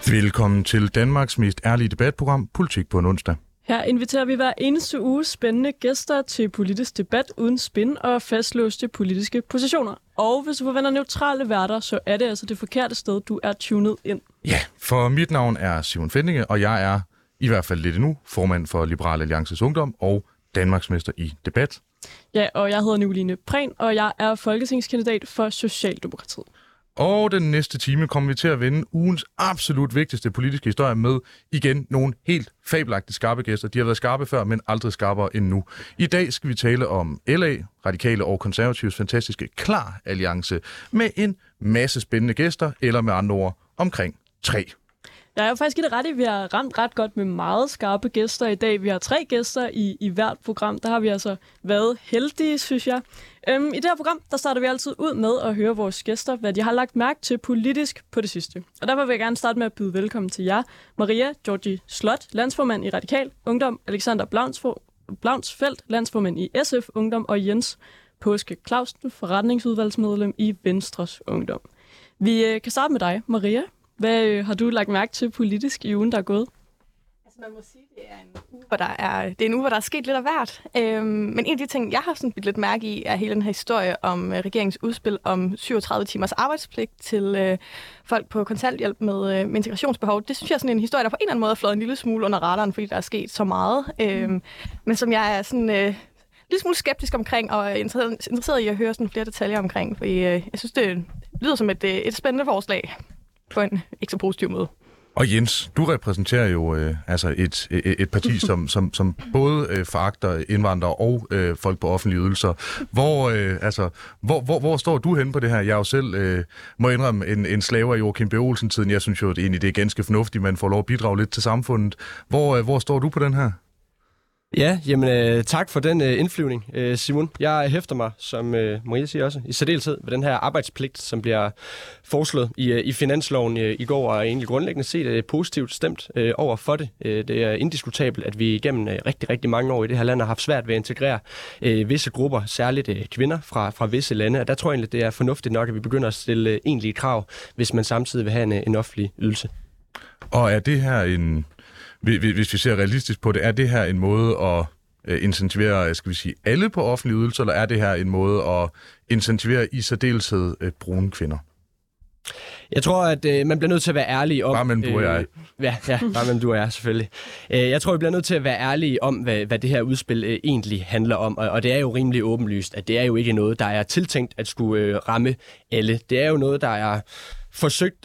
Velkommen til Danmarks mest ærlige debatprogram, Politik på en onsdag. Her inviterer vi hver eneste uge spændende gæster til politisk debat uden spin og fastlåste politiske positioner. Og hvis du forventer neutrale værter, så er det altså det forkerte sted, du er tunet ind. Ja, for mit navn er Simon Fendinge, og jeg er i hvert fald lidt endnu formand for Liberal Alliances Ungdom og Danmarksmester i debat. Ja, og jeg hedder Nicoline Prehn, og jeg er folketingskandidat for Socialdemokratiet. Og den næste time kommer vi til at vende ugens absolut vigtigste politiske historie med igen nogle helt fabelagtige skarpe gæster. De har været skarpe før, men aldrig skarpere end nu. I dag skal vi tale om LA, Radikale og Konservatives fantastiske KLAR-alliance med en masse spændende gæster, eller med andre ord omkring 3. Jeg er jo faktisk ikke ret i, vi har ramt ret godt med meget skarpe gæster i dag. Vi har 3 gæster i hvert program. Der har vi altså været heldige, synes jeg. I det her program, der starter vi altid ud med at høre vores gæster, hvad de har lagt mærke til politisk på det sidste. Og derfor vil jeg gerne starte med at byde velkommen til jer. Maria Georgi Slot, landsformand i Radikal Ungdom, Alexander Blaunsfeldt, landsformand i SF Ungdom, og Jens Påske Clausen, forretningsudvalgsmedlem i Venstres Ungdom. Vi kan starte med dig, Maria. Hvad har du lagt mærke til politisk i ugen, der er gået? Altså man må sige, det er en uge, hvor der er sket lidt af hvert. Men en af de ting, jeg har sådan lidt mærke i, er hele den her historie om regeringens udspil om 37 timers arbejdspligt til folk på kontanthjælp med integrationsbehov. Det synes jeg er sådan en historie, der på en eller anden måde er flået en lille smule under radaren, fordi der er sket så meget. Men som jeg er sådan lidt smule skeptisk omkring, og interesseret i at høre sådan flere detaljer omkring. Fordi jeg synes, det lyder som et spændende forslag på en ikke så positiv måde. Og Jens, du repræsenterer jo et parti, som både foragter indvandrere og folk på offentlige ydelser. Hvor står du henne på det her? Jeg er jo selv, må indrømme, en slave af Joachim B. Olsen-tiden. Jeg synes jo, det er ganske fornuftigt, man får lov at bidrage lidt til samfundet. Hvor står du på den her? Ja, jamen tak for den indflyvning, Simon. Jeg hæfter mig, som Maria siger også, i særdeleshed ved den her arbejdspligt, som bliver foreslået i finansloven i går, og egentlig grundlæggende set positivt stemt over for det. Det er indiskutabelt, at vi gennem rigtig, rigtig mange år i det her land har haft svært ved at integrere visse grupper, særligt kvinder fra visse lande, og der tror jeg egentlig, det er fornuftigt nok, at vi begynder at stille egentlige krav, hvis man samtidig vil have en offentlig ydelse. Og er det her hvis vi ser realistisk på det, er det her en måde at incentivere, skal vi sige, alle på offentlige ydelser, eller er det her en måde at incentivere i særdeleshed brune kvinder? Jeg tror, at man bliver nødt til at være ærlig om... Bare mellem du og jeg. Ja, bare mellem du og jeg, selvfølgelig. Jeg tror, vi bliver nødt til at være ærlige om, hvad det her udspil egentlig handler om. Og det er jo rimelig åbenlyst, at det er jo ikke noget, der er tiltænkt at skulle ramme alle. Det er jo noget, der er forsøgt,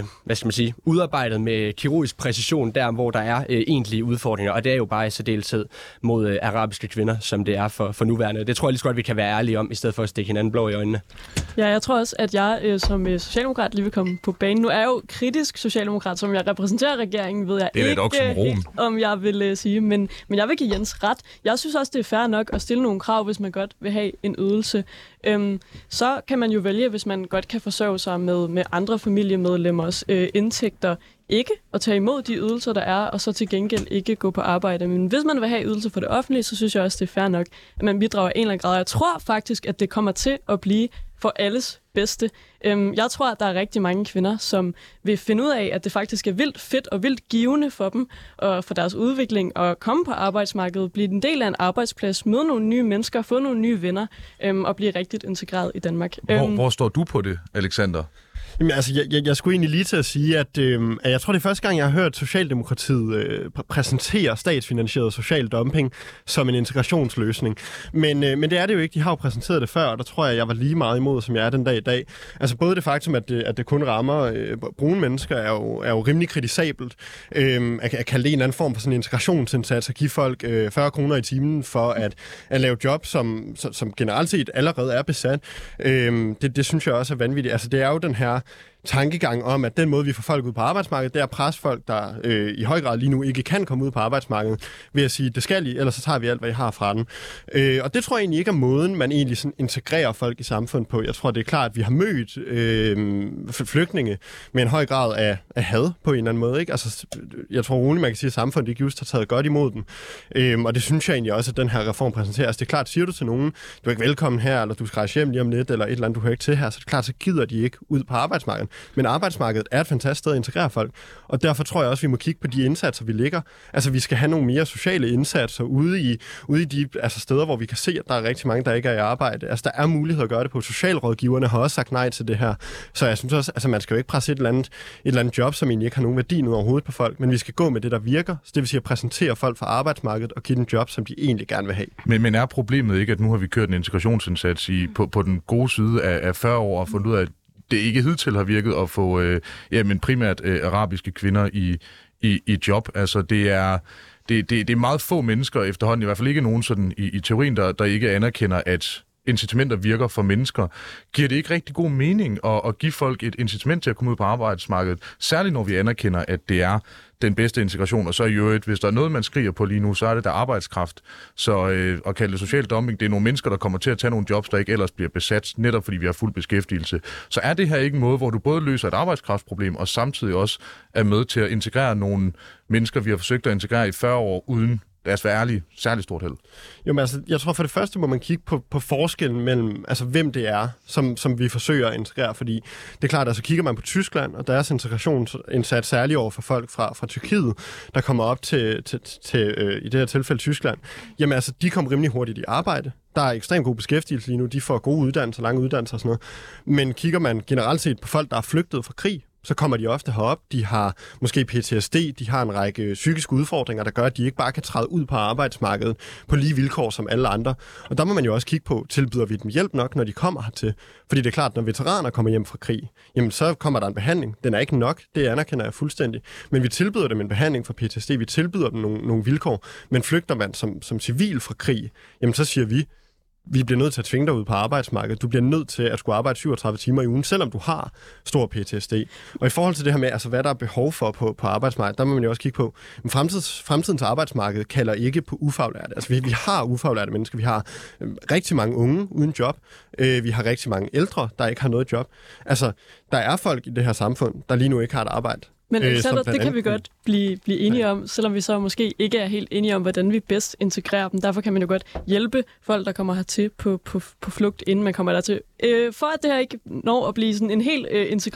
udarbejdet med kirurgisk præcision der, hvor der er egentlige udfordringer, og det er jo bare i særdeleshed mod arabiske kvinder, som det er for nuværende. Det tror jeg lige så godt, vi kan være ærlige om, i stedet for at stikke hinanden blå i øjnene. Ja, jeg tror også, at jeg som socialdemokrat lige vil komme på banen. Nu er jeg jo kritisk socialdemokrat, som jeg repræsenterer regeringen, ved jeg ikke, om jeg vil sige, men jeg vil give Jens ret. Jeg synes også, det er fair nok at stille nogle krav, hvis man godt vil have en ydelse. Så kan man jo vælge, hvis man godt kan forsørge sig med andre familiemedlemmers indtægter, ikke at tage imod de ydelser, der er, og så til gengæld ikke gå på arbejde. Men hvis man vil have ydelser for det offentlige, så synes jeg også, det er fair nok, at man bidrager en eller anden grad. Jeg tror faktisk, at det kommer til at blive for alles bedste. Jeg tror, at der er rigtig mange kvinder, som vil finde ud af, at det faktisk er vildt fedt og vildt givende for dem, og for deres udvikling at komme på arbejdsmarkedet, blive en del af en arbejdsplads, møde nogle nye mennesker, få nogle nye venner, og blive rigtig integreret i Danmark. Hvor står du på det, Alexander? Jamen, altså, jeg skulle egentlig lige til at sige, at jeg tror, det er første gang, jeg har hørt Socialdemokratiet præsentere statsfinansieret social dumping som en integrationsløsning. Men det er det jo ikke. De har jo præsenteret det før, og der tror jeg var lige meget imod, som jeg er den dag i dag. Altså både det faktum, at det kun rammer brune mennesker, er jo rimelig kritisabelt. At kalde det en anden form for sådan en integrationsindsats, at give folk 40 kroner i timen for at lave job, som generelt set allerede er besat. Det synes jeg også er vanvittigt. Altså det er jo den her tankegang om, at den måde, vi får folk ud på arbejdsmarkedet, det er at presse folk, der i høj grad lige nu ikke kan komme ud på arbejdsmarkedet, ved at sige, det skal I, ellers så tager vi alt, hvad I har fra den. Og det tror jeg egentlig ikke er måden, man egentlig sådan integrerer folk i samfundet på. Jeg tror, det er klart, at vi har mødt flygtninge med en høj grad af had på en eller anden måde. Ikke? Altså, jeg tror roligt, man kan sige, at samfundet ikke just har taget godt imod dem. Og det synes jeg egentlig også, at den her reform præsenterer. Altså, det er klart, siger du til nogen, du er ikke velkommen her, eller du skal rejse hjem lige om lidt, eller et eller andet, du hører ikke til her, så det er klart, så gider de ikke ud på arbejdsmarkedet. Men arbejdsmarkedet er et fantastisk sted at integrere folk, og derfor tror jeg også, vi må kigge på de indsatser, vi lægger. Altså, vi skal have nogle mere sociale indsatser ude i de steder, hvor vi kan se, at der er rigtig mange, der ikke er i arbejde. Altså, der er mulighed at gøre det på. Socialrådgiverne har også sagt nej til det her. Så jeg synes også, altså, man skal jo ikke presse et eller andet job, som egentlig ikke har nogen værdi ned overhovedet på folk, men vi skal gå med det, der virker. Så det vil sige at præsentere folk for arbejdsmarkedet og give dem job, som de egentlig gerne vil have. Men er problemet ikke, at nu har vi kørt en integrationsindsats på den gode side af 40 år og fundet ud af, at det ikke hidtil har virket at få men primært arabiske kvinder i job? Altså, det er meget få mennesker efterhånden, i hvert fald ikke nogen sådan i teorien, der ikke anerkender, at incitamenter virker for mennesker. Giver det ikke rigtig god mening at give folk et incitament til at komme ud på arbejdsmarkedet, særligt når vi anerkender, at det er den bedste integration, og så i øvrigt, hvis der er noget, man skriger på lige nu, så er det der arbejdskraft. Så at kalde det social dumping, det er nogle mennesker, der kommer til at tage nogle jobs, der ikke ellers bliver besat, netop fordi vi har fuld beskæftigelse. Så er det her ikke en måde, hvor du både løser et arbejdskraftproblem, og samtidig også er med til at integrere nogle mennesker, vi har forsøgt at integrere i 40 år, uden, lad os være ærlige, særligt stort held? Jo, men altså, jeg tror for det første må man kigge på forskellen mellem, altså hvem det er, som vi forsøger at integrere, fordi det er klart, altså kigger man på Tyskland, og deres integrationsindsats særligt over for folk fra Tyrkiet, der kommer op til i det her tilfælde Tyskland, jamen altså, de kommer rimelig hurtigt i arbejde. Der er ekstremt god beskæftigelse lige nu, de får gode uddannelser, lange uddannelser og sådan noget. Men kigger man generelt set på folk, der er flygtet fra krig, så kommer de ofte herop, de har måske PTSD, de har en række psykiske udfordringer, der gør, at de ikke bare kan træde ud på arbejdsmarkedet på lige vilkår som alle andre. Og der må man jo også kigge på, tilbyder vi dem hjælp nok, når de kommer hertil? Fordi det er klart, når veteraner kommer hjem fra krig, jamen så kommer der en behandling. Den er ikke nok, det anerkender jeg fuldstændig. Men vi tilbyder dem en behandling for PTSD, vi tilbyder dem nogle vilkår. Men flygter man som civil fra krig, jamen så siger vi bliver nødt til at tvinge dig ud på arbejdsmarkedet. Du bliver nødt til at skulle arbejde 37 timer i ugen, selvom du har stor PTSD. Og i forhold til det her med, altså, hvad der er behov for på arbejdsmarkedet, der må man jo også kigge på, men fremtidens arbejdsmarked kalder ikke på ufaglærte. Altså, vi har ufaglærte mennesker. Vi har rigtig mange unge uden job. Vi har rigtig mange ældre, der ikke har noget job. Altså, der er folk i det her samfund, der lige nu ikke har et arbejde. Men Alexander, det kan vi godt blive enige om, selvom vi så måske ikke er helt enige om, hvordan vi bedst integrerer dem. Derfor kan man jo godt hjælpe folk, der kommer hertil på flugt, inden man kommer dertil. For at det her ikke når at blive sådan en helt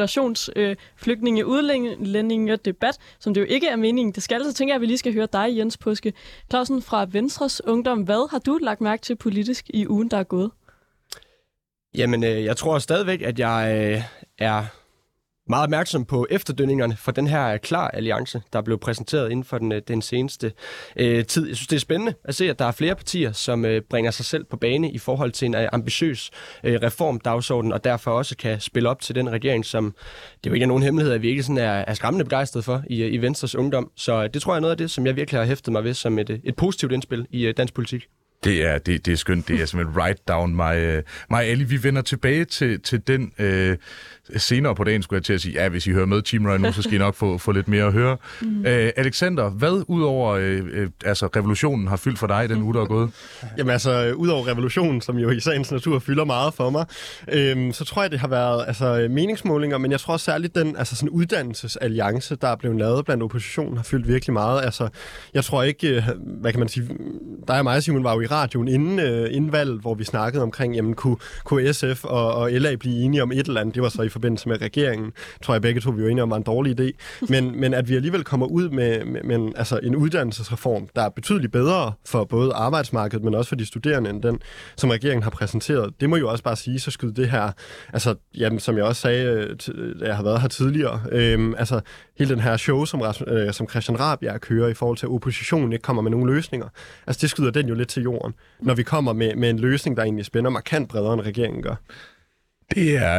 integrationsflygtninge-udlændinge-debat, som det jo ikke er meningen, det skal, så tænker jeg, at vi lige skal høre dig, Jens Påske Clausen fra Venstres Ungdom. Hvad har du lagt mærke til politisk i ugen, der er gået? Jamen, jeg tror stadigvæk, at jeg er meget opmærksom på efterdønningerne for den her KLAR-alliance, der blev præsenteret inden for den seneste tid. Jeg synes, det er spændende at se, at der er flere partier, som bringer sig selv på bane i forhold til en ambitiøs reformdagsorden, og derfor også kan spille op til den regering, som det jo ikke er nogen hemmelighed, at vi ikke sådan er skræmmende begejstret for i Venstres Ungdom. Så det tror jeg er noget af det, som jeg virkelig har hæftet mig ved som et positivt indspil i dansk politik. Det er skønt. Det er simpelthen right down my alley. Vi vender tilbage til den senere på dagen, skulle jeg til at sige. Ja, hvis I hører med Team Ryan nu, så skal I nok få lidt mere at høre. Alexander, hvad udover revolutionen har fyldt for dig i den uge, der er gået? Jamen altså, udover revolutionen, som jo i sagens natur fylder meget for mig, så tror jeg, det har været meningsmålinger, men jeg tror særligt den sådan uddannelsesalliance, der er blevet lavet blandt oppositionen, har fyldt virkelig meget. Altså, jeg tror ikke, hvad kan man sige, dig og mig, Simon, var jo i radioen inden valget, hvor vi snakkede omkring, jamen, kunne SF og LA blive enige om et eller andet? Det var så i forbindelse med regeringen. Tror jeg begge to, vi var enige om, var en dårlig idé. Men at vi alligevel kommer ud med en uddannelsesreform, der er betydeligt bedre for både arbejdsmarkedet, men også for de studerende, end den, som regeringen har præsenteret. Det må jo også bare sige, så skyder det her, som jeg også sagde, da jeg har været her tidligere, hele den her show, som Christian Rabjerg kører i forhold til, at oppositionen ikke kommer med nogen løsninger. Altså, det skyder den jo lidt til jorden, når vi kommer med en løsning, der egentlig spænder markant bredere, end regeringen gør. Det er...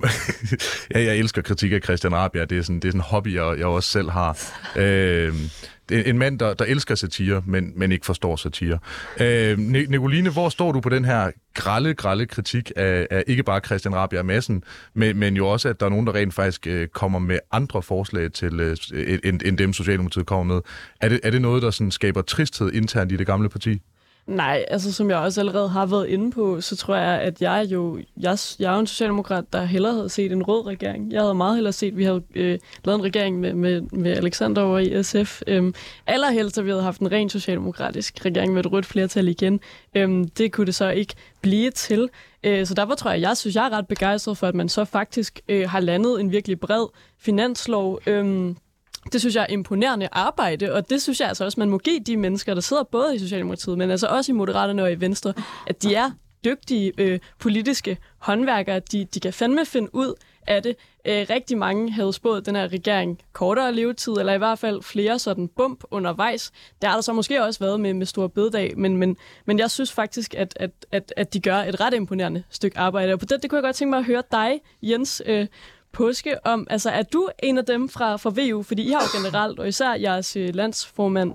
jeg elsker kritik af Christian Rabjerg. Det er sådan en hobby, jeg også selv har. En mand, der elsker satire, men ikke forstår satire. Nicoline, hvor står du på den her grelle kritik af ikke bare Christian Rabjerg Madsen, men jo også, at der er nogen, der rent faktisk kommer med andre forslag til, end dem Socialdemokratiet kommer med. Er det noget, der sådan skaber tristhed internt i det gamle parti? Nej, altså som jeg også allerede har været inde på, så tror jeg, at jeg er jo en socialdemokrat, der hellere havde set en rød regering. Jeg havde meget hellere set, at vi havde lavet en regering med Alexander over i SF. Allerhelst, at vi havde haft en ren socialdemokratisk regering med et rødt flertal igen. Det kunne det så ikke blive til. Så derfor tror jeg synes, jeg er ret begejstret for, at man så faktisk har landet en virkelig bred finanslov. Det synes jeg er imponerende arbejde, og det synes jeg altså også, man må give de mennesker, der sidder både i Socialdemokratiet, men altså også i Moderaterne og i Venstre, at de er dygtige politiske håndværkere. De kan fandme finde ud af det. Rigtig mange havde spået den her regering kortere levetid, eller i hvert fald flere sådan bump undervejs. Der har der så måske også været med Store Bededag, men jeg synes faktisk, at de gør et ret imponerende stykke arbejde. Og på det kunne jeg godt tænke mig at høre dig, Jens Påske, om, altså er du en af dem fra VU, fordi I har jo generelt, og især jeres landsformand,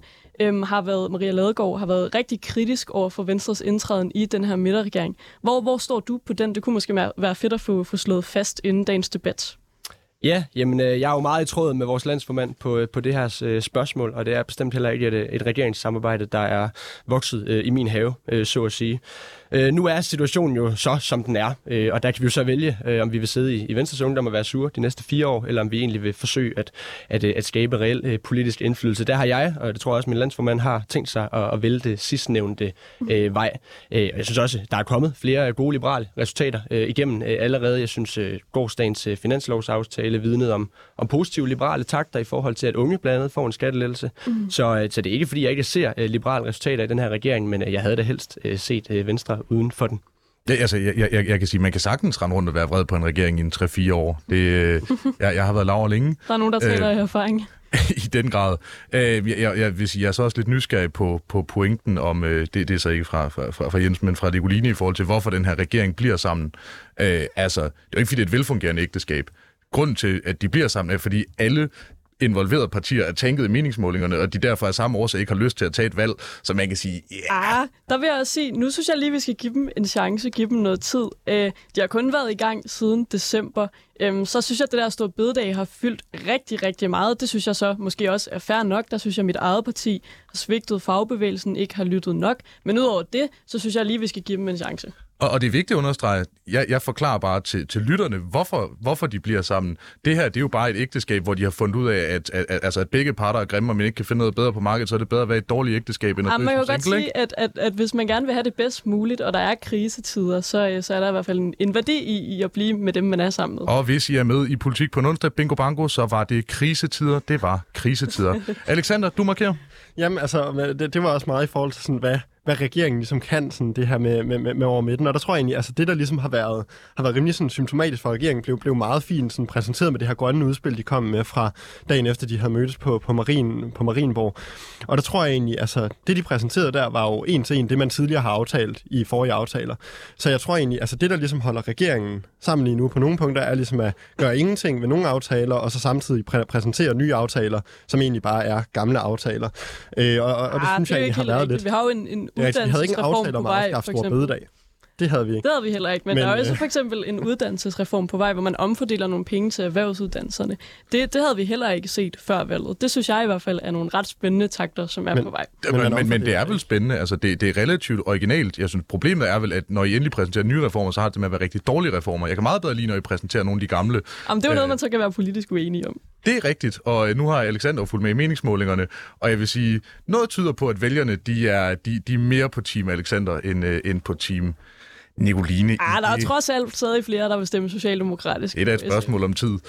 Maria Ladegaard, har været rigtig kritisk over for Venstres indtræden i den her midterregering. Hvor står du på den? Det kunne måske være fedt at få slået fast inden dagens debat. Ja, jamen jeg er jo meget i tråd med vores landsformand på det her spørgsmål, og det er bestemt heller ikke et regeringssamarbejde, der er vokset i min have, så at sige. Nu er situationen jo så, som den er, og der kan vi jo så vælge, om vi vil sidde i Venstres Ungdom og være sure de næste 4 år, eller om vi egentlig vil forsøge at skabe reel politisk indflydelse. Der har jeg, og det tror jeg også, min landsformand har tænkt sig at vælge det sidstnævnte vej. Jeg synes også, der er kommet flere gode liberale resultater igennem allerede. Jeg synes, gårsdagens finanslovsaftale vidnede om positive liberale takter i forhold til, at unge blandt andet får en skattelettelse. Så det er ikke, fordi jeg ikke ser liberale resultater i den her regering, men jeg havde da helst set Venstre uden for den. Ja, altså, jeg kan sige, man kan sagtens rende rundt og være vred på en regering i 3-4 år. Jeg har været laver længe. Der er nogen, der taler i erfaring. I den grad. Jeg vil sige, jeg er så også lidt nysgerrig på pointen om, det er så ikke fra Jens, men fra Nicoline i forhold til, hvorfor den her regering bliver sammen. Altså, det er jo ikke, fordi det er et velfungerende ægteskab. Grunden til, at de bliver sammen, er, fordi alle involverede partier er tænket i meningsmålingerne, og de derfor af samme årsag ikke har lyst til at tage et valg, så man kan sige, der vil jeg også sige, nu synes jeg lige, vi skal give dem en chance, give dem noget tid. De har kun været i gang siden december. Så synes jeg, at det der Store Bededag har fyldt rigtig, rigtig meget. Det synes jeg så måske også er fair nok. Der synes jeg, at mit eget parti har svigtet fagbevægelsen, ikke har lyttet nok. Men udover det, så synes jeg lige, vi skal give dem en chance. Og det er vigtigt at understrege, jeg forklarer bare til lytterne, hvorfor de bliver sammen. Det her, det er jo bare et ægteskab, hvor de har fundet ud af, at begge parter er grimme, og man ikke kan finde noget bedre på markedet, så er det bedre at være et dårligt ægteskab, end at man kan jo godt sige, at hvis man gerne vil have det bedst muligt, og der er krisetider, så er der i hvert fald en værdi i at blive med dem, man er sammen med. Og hvis I er med i politik på en onsdag, bingo bango, så var det krisetider. Det var krisetider. Alexander, du markerer. Jamen, altså, det var også meget i forhold til sådan, hvad regeringen ligesom kan, sådan det her med over midten. Og der tror jeg egentlig, altså det, der ligesom har været rimelig sådan symptomatisk for regeringen, blev meget fint sådan præsenteret med det her grønne udspil, de kom med fra dagen efter, de havde mødtes på Marienborg. Og der tror jeg egentlig, altså det, de præsenterede der, var jo en til en det, man tidligere har aftalt i forrige aftaler. Så jeg tror egentlig, altså det, der ligesom holder regeringen sammen lige nu på nogle punkter, er ligesom at gøre ingenting ved nogle aftaler, og så samtidig præsentere nye aftaler, som egentlig bare er gamle aftaler. Og det synes jeg egentlig har været lidt. Vi har jo en vi havde ikke en aftale om at afskaffe Store Bededag. Det havde vi ikke. Det havde vi heller ikke, men der er jo også for eksempel en uddannelsesreform på vej, hvor man omfordeler nogle penge til erhvervsuddannelserne. Det havde vi heller ikke set før valget. Det synes jeg i hvert fald er nogle ret spændende takter, som er på vej. Men det er vel spændende. Altså, det er relativt originalt. Jeg synes, problemet er vel, at når I endelig præsenterer nye reformer, så har det med at være rigtig dårlige reformer. Jeg kan meget bedre lide, når I præsenterer nogle af de gamle. Jamen, det er jo noget, man så kan være politisk uenig om. Det er rigtigt, og nu har Alexander fulgt med i meningsmålingerne, og jeg vil sige, noget tyder på, at vælgerne de er mere på team Alexander end på team Nicoline. Der er trods alt stadig flere, der vil stemme socialdemokratisk. Det er et spørgsmål om tid.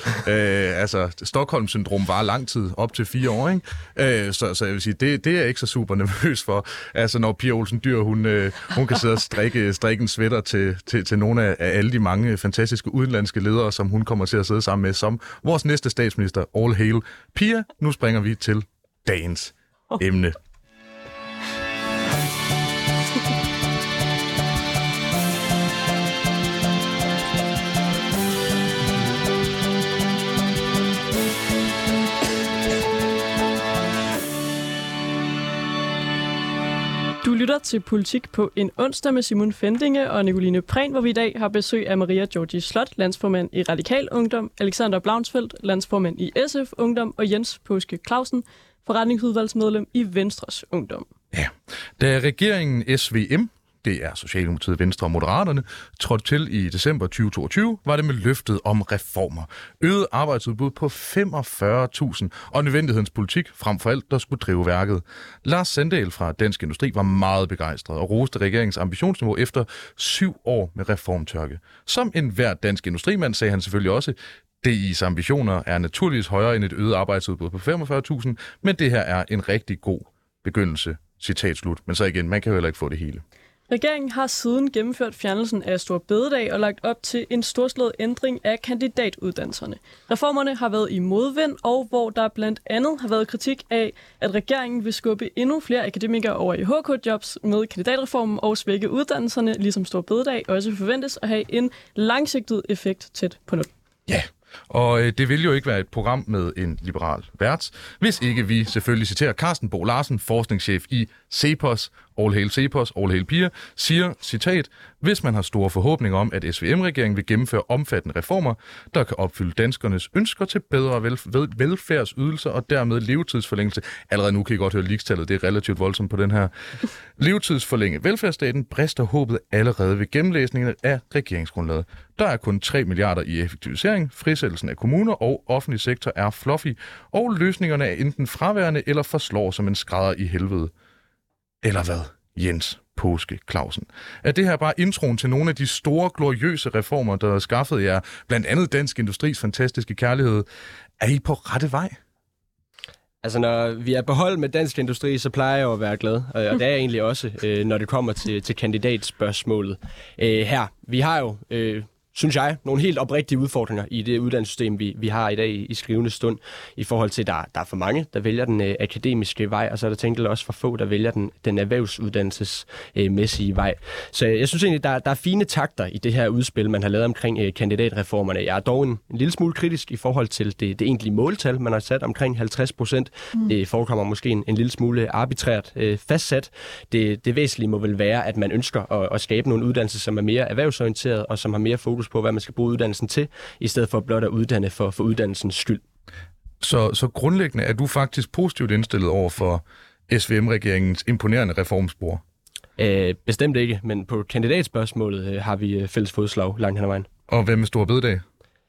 Stockholm-syndrom var lang tid, op til 4 år, ikke? Så jeg vil sige, det er jeg ikke så super nervøs for. Altså, når Pia Olsen Dyhr, hun kan sidde og strikke en sweater til nogle af alle de mange fantastiske udenlandske ledere, som hun kommer til at sidde sammen med, som vores næste statsminister, all hail. Pia, nu springer vi til dagens emne. Du lytter til Politik på en onsdag med Simon Fendinge og Nicoline Prehn, hvor vi i dag har besøg af Maria Georgi Slot, landsformand i Radikal Ungdom, Alexander Blaunsfeldt, landsformand i SF Ungdom og Jens Påske Clausen, forretningsudvalgsmedlem i Venstres Ungdom. Ja, da regeringen SVM, det er Socialdemokratiet, Venstre og Moderaterne, trådte til i december 2022, var det med løftet om reformer. Øget arbejdsudbud på 45.000 og nødvendighedens politik frem for alt, der skulle drive værket. Lars Sandahl fra Dansk Industri var meget begejstret og roste regeringens ambitionsniveau efter 7 år med reformtørke. Som enhver dansk industrimand sagde han selvfølgelig også, DI's ambitioner er naturligvis højere end et øget arbejdsudbud på 45.000, men det her er en rigtig god begyndelse. Citat slut. Men så igen, man kan jo heller ikke få det hele. Regeringen har siden gennemført fjernelsen af Store Bededag og lagt op til en storslået ændring af kandidatuddannelserne. Reformerne har været i modvind, og hvor der blandt andet har været kritik af, at regeringen vil skubbe endnu flere akademikere over i HK-jobs med kandidatreformen og svække uddannelserne, ligesom Store Bededag også forventes at have en langsigtet effekt tæt på 0. Ja, og det vil jo ikke være et program med en liberal vært, hvis ikke vi selvfølgelig citerer Carsten Bo Larsen, forskningschef i CEPOS, All Hail CEPOS, All Hail Piger, siger, citat, hvis man har store forhåbninger om, at SVM-regeringen vil gennemføre omfattende reformer, der kan opfylde danskernes ønsker til bedre velfærdsydelser og dermed levetidsforlængelse. Allerede nu kan I godt høre ligestallet, det er relativt voldsomt på den her. Levetidsforlænge velfærdsstaten brister håbet allerede ved gennemlæsningen af regeringsgrundlaget. Der er kun 3 milliarder i effektivisering, frisættelsen af kommuner og offentlig sektor er fluffy, og løsningerne er enten fraværende eller forslår som en skrædder i helvede. Eller hvad, Jens Påske Clausen? Er det her bare introen til nogle af de store, gloriøse reformer, der skaffede jer blandt andet Dansk Industris fantastiske kærlighed? Er I på rette vej? Altså, når vi er på hold med Dansk Industri, så plejer jeg at være glad. Og det er jeg egentlig også, når det kommer til kandidatspørgsmålet her. Vi har jo, synes jeg, nogle helt oprigtige udfordringer i det uddannelsessystem, vi har i dag i skrivende stund, i forhold til, at der er for mange, der vælger den akademiske vej, og så er der tænkt også for få, der vælger den erhvervsuddannelsesmæssige vej. Så jeg synes egentlig, der er fine takter i det her udspil, man har lavet omkring kandidatreformerne. Jeg er dog en lille smule kritisk i forhold til det egentlige måltal, man har sat omkring 50%. Det forekommer måske en lille smule arbitrært fastsat. Det væsentlige må vel være, at man ønsker at skabe nogle uddannelser, som er mere erhvervsorienteret og som har mere fokus på, hvad man skal bruge uddannelsen til, i stedet for blot at uddanne for uddannelsens skyld. Så grundlæggende er du faktisk positivt indstillet over for SVM-regeringens imponerende reformspor? Bestemt ikke, men på kandidatspørgsmålet har vi fælles fodslag langt hen ad vejen. Og hvad med Store Bededag?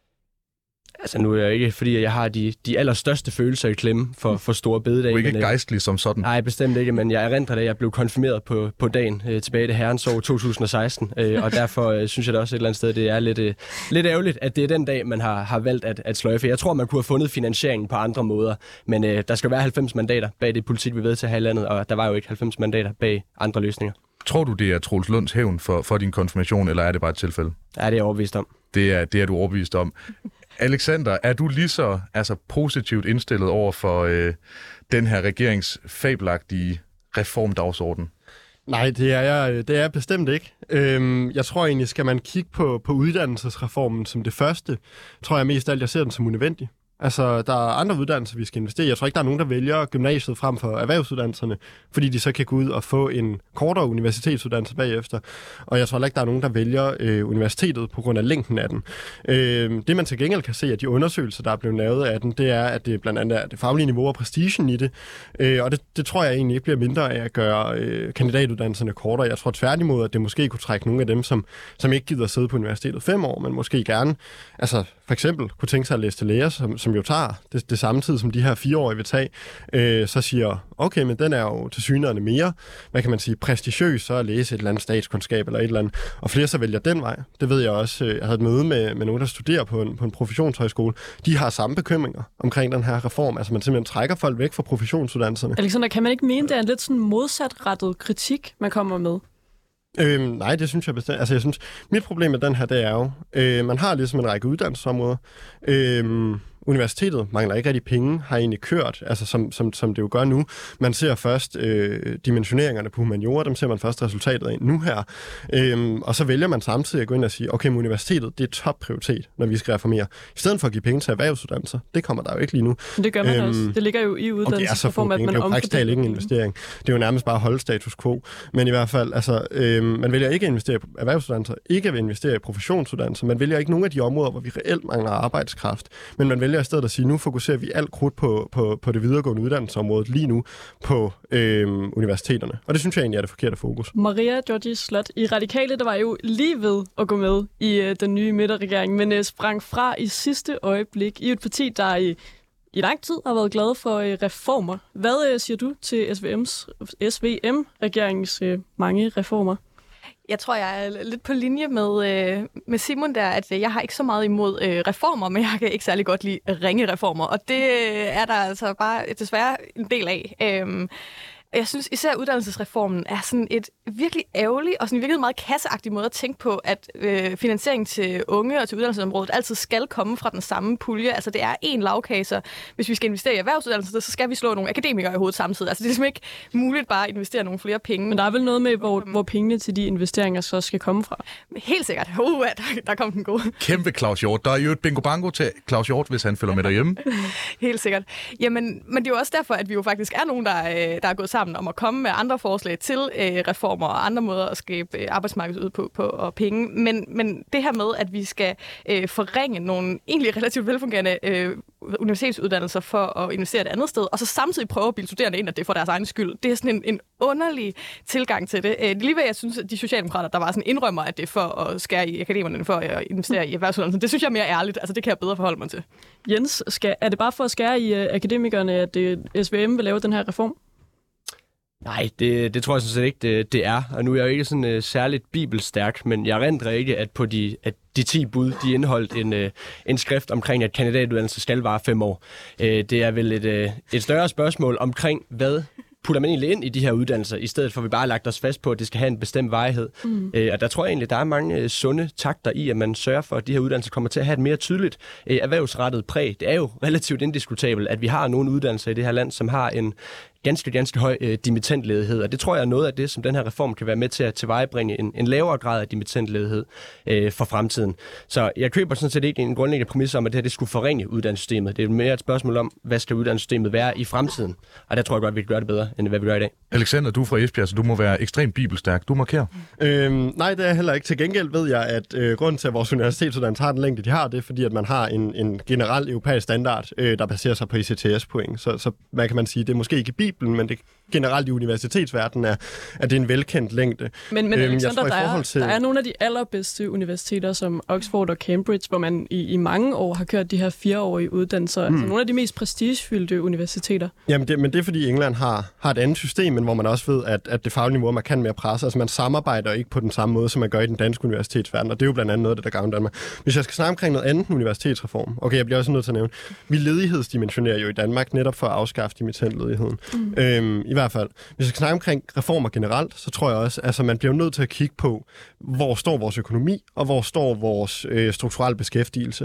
Altså nu er jeg ikke, fordi jeg har de allerstørste følelser i klemme for Store Bededag. Du er ikke gejstlig som sådan? Nej, bestemt ikke, men jeg erindrer det, jeg blev konfirmeret på dagen tilbage i herrens år 2016, og derfor synes jeg da også et eller andet sted, det er lidt ærgerligt, at det er den dag, man har valgt at sløjfe. Jeg tror, man kunne have fundet finansieringen på andre måder, men der skal være 90 mandater bag det politik, vi ved til her i landet, og der var jo ikke 90 mandater bag andre løsninger. Tror du, det er Troels Lunds hævn for din konfirmation, eller er det bare et tilfælde? Ja, det er jeg overbevist om. Det er du overbevist om. Alexander, er du lige så positivt indstillet over for den her regerings fabelagtige reformdagsorden? Nej, det er jeg bestemt ikke. Jeg tror egentlig, skal man kigge på uddannelsesreformen som det første, tror jeg mest af alt, jeg ser den som unødvendig. Altså, der er andre uddannelser, vi skal investere i. Jeg tror ikke, der er nogen, der vælger gymnasiet frem for erhvervsuddannelserne, fordi de så kan gå ud og få en kortere universitetsuddannelse bagefter. Og jeg tror ikke, der er nogen, der vælger universitetet på grund af længden af den. Det, man til gengæld kan se af de undersøgelser, der er blevet lavet af den, det er, at det blandt andet er det faglige niveau og prestigen i det. Og det tror jeg egentlig ikke bliver mindre af at gøre kandidatuddannelserne kortere. Jeg tror tværtimod, at det måske kunne trække nogle af dem, som ikke gider sidde på universitetet 5 år, men måske gerne, altså for eksempel kunne tænke sig at læse til læger, som jo tager det samme tid, som de her 4-årige vil tage, så siger, okay, men den er jo tilsyneladende mere, hvad kan man sige, prestigiøs, så at læse et eller andet statskundskab eller et eller andet, og flere så vælger den vej. Det ved jeg også. Jeg havde et møde med nogen, der studerer på en professionshøjskole. De har samme bekymringer omkring den her reform. Altså man simpelthen trækker folk væk fra professionsuddannelserne. Alexander, kan man ikke mene, det er en lidt sådan modsatrettet kritik, man kommer med? Nej, det synes jeg bestemt. Altså jeg synes, mit problem med den her, det er jo, man har ligesom en række uddannelsesområder. Universitetet mangler ikke rigtig penge, har egentlig kørt, altså som det jo gør nu. Man ser først dimensioneringerne på humaniora, dem ser man først resultatet af nu her. Og så vælger man samtidig at gå ind og sige, okay, med universitetet, det er topprioritet, når vi skal reformere. I stedet for at give penge til erhvervsuddannelser, det kommer der jo ikke lige nu. Men det gør man også. Det ligger jo i uddannelsesreformen, at man omfordeler. Det er jo faktisk talt ikke en investering. Det er jo nærmest bare at holde status quo. Men i hvert fald, altså, man vælger ikke at investere i erhvervsuddannelser, ikke at investere i professionsuddannelser. Man vælger ikke nogen af de områder, hvor vi reelt mangler arbejdskraft. Men man vælger vælger i stedet at sige, nu fokuserer vi alt krudt på det videregående uddannelsesområde lige nu på universiteterne. Og det synes jeg egentlig er det forkerte fokus. Maria Georgi Slot, i Radikale, der var jo lige ved at gå med i den nye midterregering, men sprang fra i sidste øjeblik i et parti, der i lang tid har været glade for reformer. Hvad siger du til SVM-regeringens mange reformer? Jeg tror, jeg er lidt på linje med Simon der, at jeg har ikke så meget imod reformer, men jeg kan ikke særlig godt lide ringereformer, og det er der altså bare desværre en del af. Jeg synes især uddannelsesreformen er sådan et virkelig ærgerligt og sådan virkelig meget kasseagtig måde at tænke på, at finansiering til unge og til uddannelsesområdet altid skal komme fra den samme pulje. Altså det er en lavkage. Hvis vi skal investere i erhvervsuddannelser, så skal vi slå nogle akademikere i hovedet samtidig. Altså det er simpelthen ikke muligt bare at investere nogle flere penge. Men der er vel noget med, hvor pengene til de investeringer så skal komme fra? Helt sikkert. Der kom den gode. Kæmpe Claus Hjort. Der er jo et bingo bango til Claus Hjort, hvis han følger med derhjemme. Helt sikkert. Jamen, men det er jo også derfor, at vi jo faktisk er nogen, der er gået sammen om at komme med andre forslag til reformer og andre måder at skabe arbejdsmarkedet ud på og penge. Men det her med, at vi skal forringe nogle egentlig relativt velfungerende universitetsuddannelser for at investere et andet sted, og så samtidig prøve at bilde studerende ind, at det er for deres egen skyld. Det er sådan en underlig tilgang til det. Lige ved, jeg synes, at de socialdemokrater, der var sådan indrømmer, at det er for at skære i akademerne, for at investere i erhvervsuddannelsen, det synes jeg er mere ærligt. Altså, det kan jeg bedre forholde mig til. Jens, er det bare for at skære i akademikerne, at SVM vil lave den her reform? Nej, det tror jeg sådan set ikke, det er. Og nu er jeg jo ikke sådan særligt bibelstærk, men jeg erindrer ikke, at på de 10 bud, de indeholdt en skrift omkring, at kandidatuddannelse skal vare 5 år. Det er vel et større spørgsmål omkring, hvad putter man egentlig ind i de her uddannelser, i stedet for at vi bare har lagt os fast på, at det skal have en bestemt varighed. Og der tror jeg egentlig, der er mange sunde takter i, at man sørger for, at de her uddannelser kommer til at have et mere tydeligt erhvervsrettet præg. Det er jo relativt indiskutabelt, at vi har nogle uddannelser i det her land, som har en ganske høj dimittentledighed, og det tror jeg er noget af det, som den her reform kan være med til at tilvejebringe en lavere grad af dimittentledighed for fremtiden. Så jeg køber sådan set ikke en grundlæggende præmis om, at det her det skulle forringe uddannelsessystemet. Det er mere et spørgsmål om, hvad skal uddannelsessystemet være i fremtiden, og der tror jeg godt, vi kan gøre det bedre, end hvad vi gør i dag. Alexander, du er fra Esbjerg, så du må være ekstremt bibelstærk. Du markerer. Nej, det er heller ikke. Til gengæld ved jeg, at grunden til, at vores universitetsuddannelse har den længde, de har, det er fordi, at man har en generel europæisk standard, der baserer sig på ICTS-point. Så hvad kan man sige? Det er måske ikke Bibelen, men det generelt i universitetsverdenen er det en velkendt længde. Men Alexander, der er nogle af de allerbedste universiteter, som Oxford og Cambridge, hvor man i mange år har kørt de her 4-årige uddannelser. Altså nogle af de mest prestigefyldte universiteter. Jamen, det er fordi England har et andet system, men hvor man også ved, at det faglige niveau er markant mere presset. Altså man samarbejder ikke på den samme måde, som man gør i den danske universitetsverden, og det er jo blandt andet noget af det, der gavner Danmark. Hvis jeg skal snakke omkring noget andet universitetsreform, okay, jeg bliver også nødt til at nævne, vi ledighedsdimensionerer jo i Danmark netop for at afskaffe dimittentledigheden. I hvert fald. Hvis jeg skal snakke omkring reformer generelt, så tror jeg også, altså man bliver nødt til at kigge på, hvor står vores økonomi, og hvor står vores strukturelle beskæftigelse.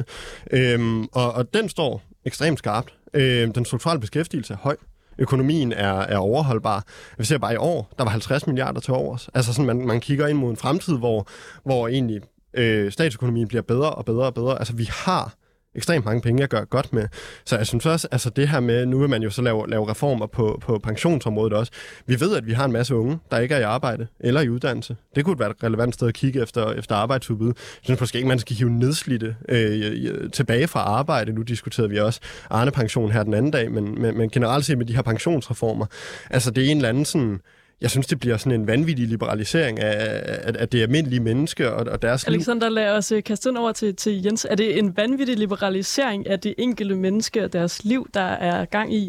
Og den står ekstremt skarpt. Den strukturelle beskæftigelse er høj. Økonomien er overholdbar. Vi ser bare i år, der var 50 milliarder til overs. Altså sådan, man kigger ind mod en fremtid, hvor egentlig statsøkonomien bliver bedre og bedre og bedre. Altså vi har ekstremt mange penge at gøre godt med. Så jeg synes også, altså det her med, nu vil man jo så lave reformer på pensionsområdet også. Vi ved, at vi har en masse unge, der ikke er i arbejde eller i uddannelse. Det kunne være et relevant sted at kigge efter arbejdsudbud. Jeg synes måske ikke, man skal hive nedslidte tilbage fra arbejde. Nu diskuterede vi også Arne-pension her den anden dag, men generelt set med de her pensionsreformer. Altså det er en eller anden sådan... Jeg synes, det bliver sådan en vanvittig liberalisering af det almindelige menneske og deres liv. Alexander, lad os kaste den over til Jens. Er det en vanvittig liberalisering af det enkelte menneske og deres liv, der er gang i?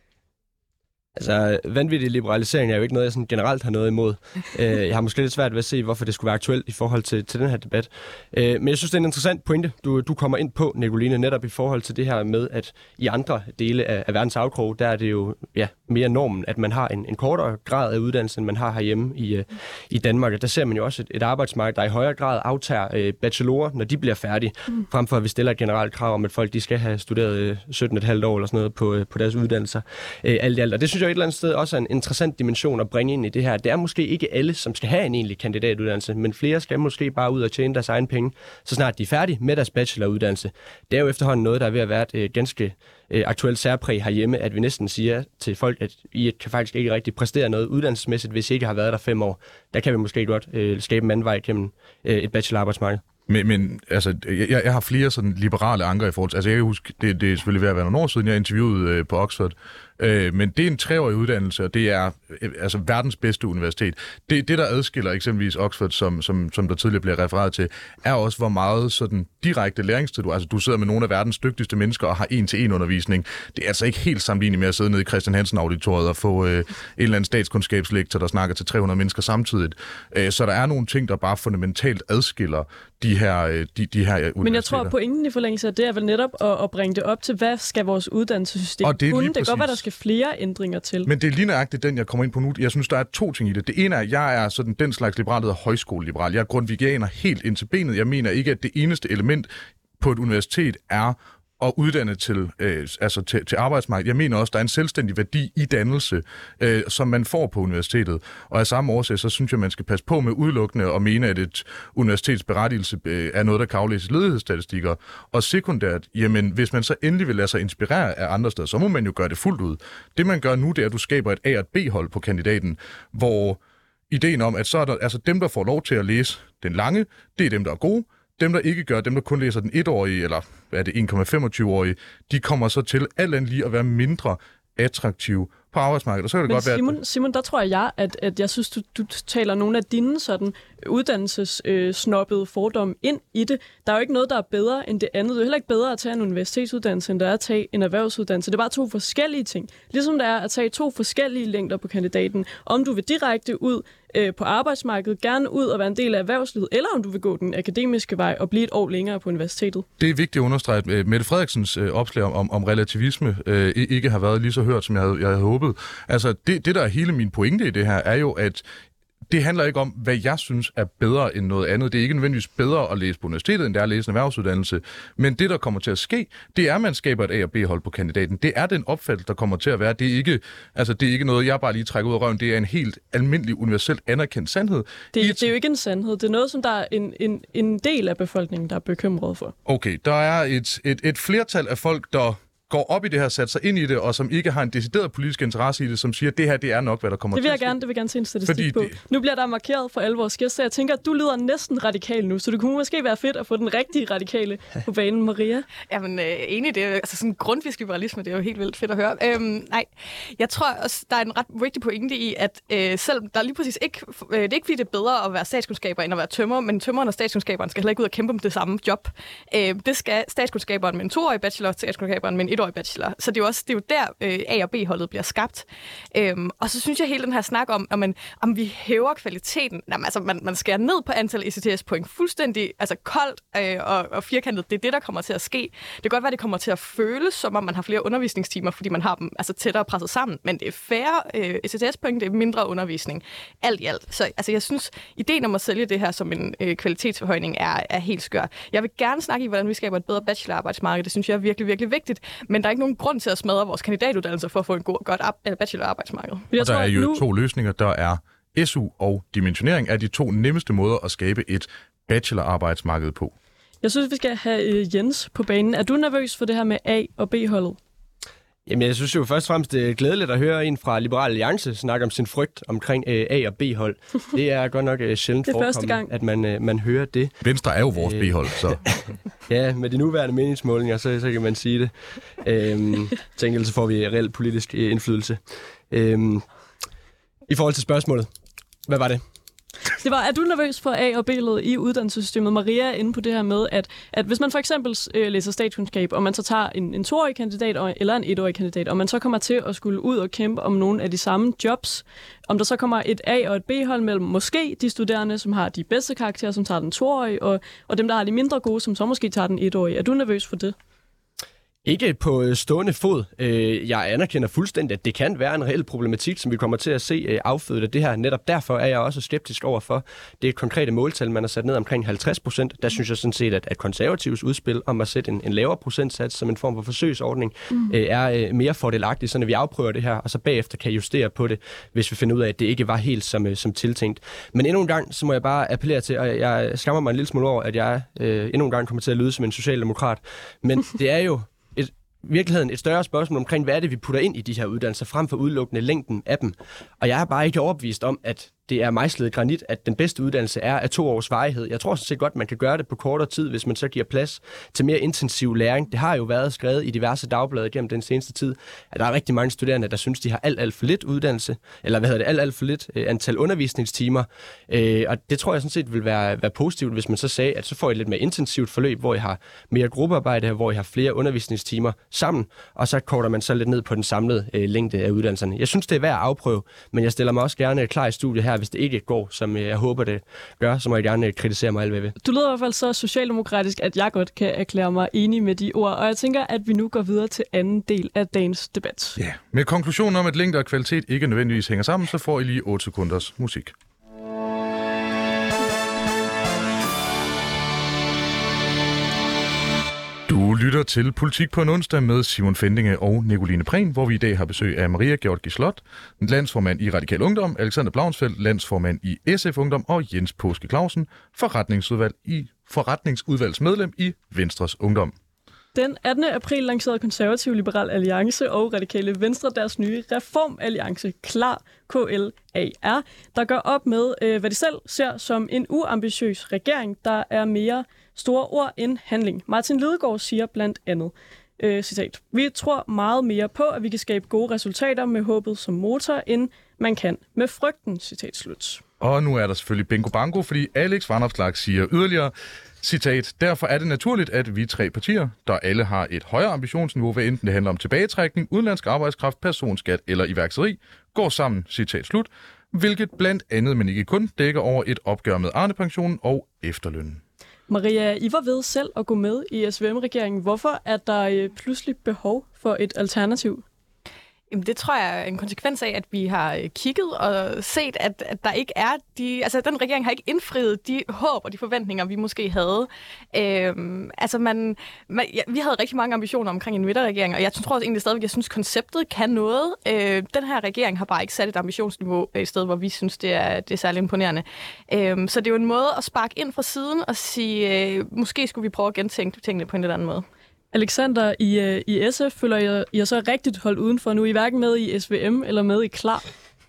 Altså, vanvittig liberalisering er jo ikke noget, jeg sådan generelt har noget imod. Jeg har måske lidt svært ved at se, hvorfor det skulle være aktuelt i forhold til den her debat. Men jeg synes, det er en interessant pointe, du kommer ind på, Nicoline, netop i forhold til det her med, at i andre dele af verdens afkrog, der er det jo mere normen, at man har en kortere grad af uddannelse, end man har herhjemme i Danmark. Og der ser man jo også et arbejdsmarked, der i højere grad aftager bachelorer, når de bliver færdige, frem for at vi stiller et generelt krav om, at folk de skal have studeret 17,5 år eller sådan noget på deres uddannelser. Alt. Og det synes jeg et eller andet sted også er en interessant dimension at bringe ind i det her. Det er måske ikke alle, som skal have en egentlig kandidatuddannelse, men flere skal måske bare ud og tjene deres egen penge, så snart de er færdige med deres bacheloruddannelse. Det er jo efterhånden noget, der er ved at være et ganske aktuelt særpræg herhjemme, at vi næsten siger til folk, at I kan faktisk ikke rigtig præstere noget uddannelsesmæssigt, hvis I ikke har været der 5 år. Der kan vi måske godt skabe en anden vej gennem et bachelorarbejdsmarked. Men altså, jeg har flere sådan liberale anker i forhold til... Altså, jeg kan huske, det er selvfølgelig ved at være nogle år siden, jeg interviewede på Oxford. Men det er en 3-årig uddannelse, og det er altså verdens bedste universitet. Det der adskiller eksempelvis Oxford, som der tidligere bliver refereret til, er også, hvor meget sådan direkte læringstid du... Altså, du sidder med nogle af verdens dygtigste mennesker og har 1-til-1 undervisning. Det er altså ikke helt sammenlignet med at sidde nede i Christian Hansen-auditoriet og få en eller anden statskundskabslektor, der snakker til 300 mennesker samtidigt. Så der er nogle ting, der bare fundamentalt adskiller de her universiteter. Men jeg tror, pointen i forlængelse af det er vel netop at bringe det op til, hvad skal vores uddannelsessystem kunne? Det kan godt være, der skal flere ændringer til. Men det er lige nøjagtigt den, jeg kommer ind på nu. Jeg synes, der er 2 ting i det. Det ene er, at jeg er sådan den slags liberal, der hedder højskoleliberal. Jeg er grundvigianer helt ind til benet. Jeg mener ikke, at det eneste element på et universitet er at uddanne til arbejdsmarkedet. Jeg mener også, at der er en selvstændig værdi i dannelse, som man får på universitetet. Og af samme årsag, så synes jeg, man skal passe på med udelukkende og mene, at et universitets berettigelse er noget, der kan aflæses ledighedsstatistikker. Og sekundært, jamen, hvis man så endelig vil lade sig inspirere af andre steder, så må man jo gøre det fuldt ud. Det, man gør nu, det er, at du skaber et A- og et B-hold på kandidaten, hvor ideen om, at så er der, altså dem, der får lov til at læse den lange, det er dem, der er gode. Dem, der ikke gør, dem, der kun læser den 1-årige, eller hvad er det, 1,25-årige, de kommer så til alt andet lige at være mindre attraktive på arbejdsmarkedet. Og så kan det godt være, Simon, der tror jeg, at jeg synes, du taler nogle af dine sådan uddannelsessnobbede fordomme ind i det. Der er jo ikke noget, der er bedre end det andet. Det er heller ikke bedre at tage en universitetsuddannelse, end der er at tage en erhvervsuddannelse. Det er bare 2 forskellige ting. Ligesom det er at tage 2 forskellige længder på kandidaten. Om du vil direkte ud på arbejdsmarkedet, gerne ud og være en del af erhvervslivet, eller om du vil gå den akademiske vej og blive et år længere på universitetet. Det er vigtigt at understrege, at Mette Frederiksens opslag om relativisme ikke har været lige så hørt, som jeg havde håbet. Altså, det der er hele min pointe i det her, er jo, at det handler ikke om, hvad jeg synes er bedre end noget andet. Det er ikke nødvendigvis bedre at læse på universitetet, end det er at læse en erhvervsuddannelse. Men det, der kommer til at ske, det er, at man skaber et A- og B-hold på kandidaten. Det er den opfattelse, der kommer til at være. Det er ikke noget, jeg bare lige trækker ud af røven. Det er en helt almindelig, universelt anerkendt sandhed. Det er jo ikke en sandhed. Det er noget, som der er en del af befolkningen, der er bekymret for. Okay, der er et flertal af folk, der går op i det her, sætter sig ind i det, og som ikke har en decideret politisk interesse i det, som siger, at det her, det er nok, hvad der kommer til. Det vil jeg gerne se en statistik på. Nu bliver der markeret for alle vores gæster. Jeg tænker, at du lyder næsten radikal nu, så det kunne måske være fedt at få den rigtige radikale på banen, Maria. Jamen, enig, det er altså sådan grundfisk liberalisme, det er jo helt vildt fedt at høre. Nej, jeg tror også, der er en ret vigtig pointe i, at selv der er lige præcis ikke, det er ikke fordi, det er bedre at være statskundskaber, end at være tømrer, men tømreren og statskundskaberen skal heller ikke ud og kæmpe om det samme job. Det skal statskundskaberen med en 2-årig bachelor, statskundskaberen med en 1-årig bachelor. Så det er jo der A- og B-holdet bliver skabt. Og så synes jeg hele den her snak om vi hæver kvaliteten. Jamen, altså, man skærer ned på antal ECTS-point fuldstændig altså koldt og firkantet. Det er det, der kommer til at ske. Det kan godt være, det kommer til at føles, som om man har flere undervisningstimer, fordi man har dem altså tættere presset sammen. Men det er færre ECTS-point, det er mindre undervisning. Alt i alt. Så altså, jeg synes, ideen om at sælge det her som en kvalitetsforhøjning er helt skør. Jeg vil gerne snakke i, hvordan vi skaber et bedre bachelorarbejdsmarked. Det synes jeg er virkelig, virkelig vigtigt. Men der er ikke nogen grund til at smadre vores kandidatuddannelse for at få en godt bachelorarbejdsmarked. Og der er jo 2 løsninger. Der er SU og dimensionering er de 2 nemmeste måder at skabe et bachelorarbejdsmarked på. Jeg synes, vi skal have Jens på banen. Er du nervøs for det her med A- og B-holdet? Jamen, jeg synes jo først og fremmest, det er glædeligt at høre en fra Liberal Alliance snakke om sin frygt omkring A- og B-hold. Det er godt nok sjældent forekommende, at man hører det. Venstre er jo vores B-hold, så... Ja, med de nuværende meningsmålinger, så kan man sige det. Til enkelt så får vi reel politisk indflydelse. I forhold til spørgsmålet, hvad var det? Det var, er du nervøs for A- og B-holdet i uddannelsessystemet? Maria er inde på det her med, at hvis man for eksempel læser statskundskab, og man så tager en 2-årig kandidat eller en 1-årig kandidat, og man så kommer til at skulle ud og kæmpe om nogle af de samme jobs, om der så kommer et A- og et B-hold mellem måske de studerende, som har de bedste karakterer, som tager den 2-årige, og dem, der har de mindre gode, som så måske tager den 1-årige. Er du nervøs for det? Ikke på stående fod. Jeg anerkender fuldstændig, at det kan være en reel problematik, som vi kommer til at se affødet af det her. Netop derfor er jeg også skeptisk over for det konkrete måltal, man har sat ned omkring 50%. Der synes jeg sådan set, at konservatives udspil om at sætte en lavere procentsats som en form for forsøgsordning er mere fordelagtigt, så vi afprøver det her, og så bagefter kan justere på det, hvis vi finder ud af, at det ikke var helt som tiltænkt. Men endnu en gang, så må jeg bare appellere til, og jeg skammer mig en lille smule over, at jeg endnu en gang kommer til at lyde som en socialdemokrat. Men det er jo virkeligheden et større spørgsmål omkring, hvad er det, vi putter ind i de her uddannelser, frem for udelukkende længden af dem. Og jeg er bare ikke overbevist om, at det er mejslet granit, at den bedste uddannelse er af 2 års varighed. Jeg tror sådan set godt, man kan gøre det på kortere tid, hvis man så giver plads til mere intensiv læring. Det har jo været skrevet i diverse dagblade gennem den seneste tid, at der er rigtig mange studerende, der synes, de har alt for lidt uddannelse, eller alt for lidt antal undervisningstimer. Og det tror jeg sådan set vil være positivt, hvis man så sagde, at så får I lidt mere intensivt forløb, hvor I har mere gruppearbejde, hvor I har flere undervisningstimer sammen, og så korter man så lidt ned på den samlede længde af uddannelserne. Jeg synes, det er værd at afprøve, men jeg stiller mig også gerne klar i studiet her, hvis det ikke går, som jeg håber, det gør, så må jeg gerne kritisere mig alt ved. Du lyder i hvert fald så socialdemokratisk, at jeg godt kan erklære mig enig med de ord, og jeg tænker, at vi nu går videre til anden del af dagens debat. Ja, med konklusionen om, at længde og kvalitet ikke nødvendigvis hænger sammen, så får I lige 8 sekunders musik. Du lytter til Politik på en onsdag med Simon Fendinge og Nicoline Prehn, hvor vi i dag har besøg af Maria Georgi Slot, landsformand i Radikal Ungdom, Alexander Blaunsfeldt, landsformand i SF Ungdom og Jens Påske Clausen, forretningsudvalgsmedlem i Venstres Ungdom. Den 18. april lancerede Konservativ Liberal Alliance og Radikale Venstre deres nye reformalliance, KLAR, KLAR, der gør op med, hvad de selv ser som en uambitiøs regering, der er mere store ord end handling. Martin Lidegaard siger blandt andet, citat, vi tror meget mere på, at vi kan skabe gode resultater med håbet som motor, end man kan med frygten, citat slut. Og nu er der selvfølgelig bingo bango, fordi Alex Vanopslagh siger yderligere, citat, derfor er det naturligt, at vi 3 partier, der alle har et højere ambitionsniveau, hvad enten det handler om tilbagetrækning, udenlandsk arbejdskraft, personskat eller iværksætteri, går sammen, citat slut, hvilket blandt andet, men ikke kun, dækker over et opgør med Arnepensionen og efterlønnen. Maria, I var ved selv at gå med i SVM-regeringen. Hvorfor er der pludselig behov for et alternativ? Jamen, det tror jeg er en konsekvens af, at vi har kigget og set, at der ikke er den regering har ikke indfriet de håb og de forventninger, vi måske havde. Vi havde rigtig mange ambitioner omkring en midterregering, og jeg tror også egentlig stadigvæk, jeg synes, konceptet kan noget. Den her regering har bare ikke sat et ambitionsniveau et sted, hvor vi synes, det er særlig imponerende. Så det er jo en måde at sparke ind fra siden og sige, måske skulle vi prøve at gentænke tingene på en lidt anden måde. Alexander, i SF føler I så rigtigt holdt udenfor nu? I hverken med i SVM eller med i KLAR?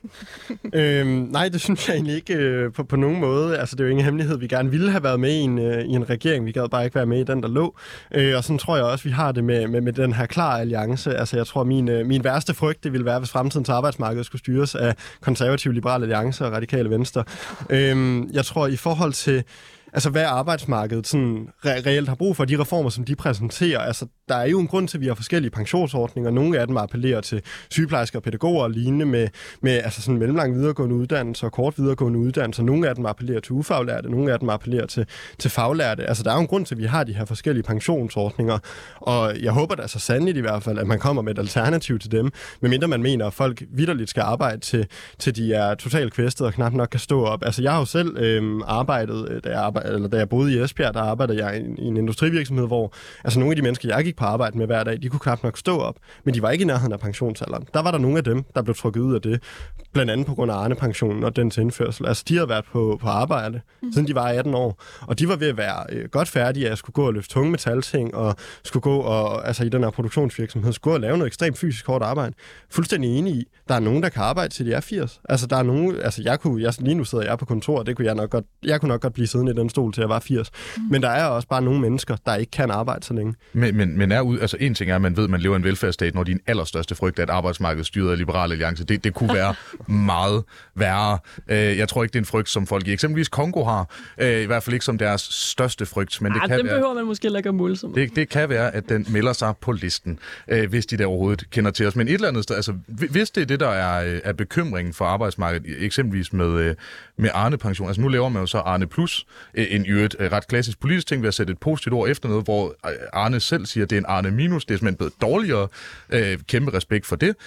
Nej, det synes jeg egentlig ikke på nogen måde. Altså, det er jo ingen hemmelighed. Vi gerne ville have været med i en regering. Vi gad bare ikke være med i den, der lå. Og sådan tror jeg også, vi har det med den her KLAR alliance. Altså, jeg tror, min værste frygt, det ville være, hvis fremtidens arbejdsmarked skulle styres af Konservativ Liberal Alliance og Radikale Venstre. Jeg tror, i forhold til hvad arbejdsmarkedet sådan reelt har brug for, de reformer, som de præsenterer. Altså, der er jo en grund til, at vi har forskellige pensionsordninger. Nogle af dem appellerer til sygeplejersker og pædagoger og lignende med sådan mellemlang videregående uddannelse og kort videregående uddannelse. Nogle af dem appellerer til ufaglærte, nogle af dem appellerer til faglærte. Altså, der er jo en grund til, at vi har de her forskellige pensionsordninger, og jeg håber da så sandelig i hvert fald, at man kommer med et alternativ til dem, medmindre man mener, at folk vitterligt skal arbejde til de er totalt kvæstet og knap nok kan stå op. Altså, jeg har jo selv arbejdet, da jeg boede i Esbjerg, der arbejdede jeg i en industrivirksomhed, hvor nogle af de mennesker, jeg gik på arbejde med hver dag, de kunne knap nok stå op, men de var ikke i nærheden af pensionsalderen. Der var der nogle af dem, der blev trukket ud af det, blandt andet på grund af Arnepensionen og dens indførsel. Altså, de havde været på arbejde, siden de var 18 år, og de var ved at være godt færdige at skulle gå og løfte tunge metalting, og skulle gå og, i den her produktionsvirksomhed, skulle gå og lave noget ekstremt fysisk hårdt arbejde. Fuldstændig enig i, der er nogen, der kan arbejde til de er 80. Altså, der er nogen, lige nu sidder jeg på kontor, det kunne jeg kunne nok godt blive siddende i den stol til jeg var 80. Men der er også bare nogle mennesker, der ikke kan arbejde så længe. Men en ting er, at man ved, at man lever i en velfærdsstat, når din allerstørste frygt er, at arbejdsmarkedet styret af Liberal Alliance. Det kunne være meget værre. Jeg tror ikke, det er en frygt, som folk i eksempelvis Kongo har. I hvert fald ikke som deres største frygt. Men det kan den behøver man måske ikke at måle som. Det kan være, at den melder sig på listen, hvis de der overhovedet kender til os. Men et eller andet sted, hvis det er det, der er bekymringen for arbejdsmarkedet, eksempelvis med Arnepension. Altså nu laver man jo så Arne Plus, en ret klassisk politisk ting ved at sætte et positivt ord efter noget, hvor Arne selv siger, at det er en Arne minus, det er simpelthen blevet dårligere. Kæmpe respekt for det.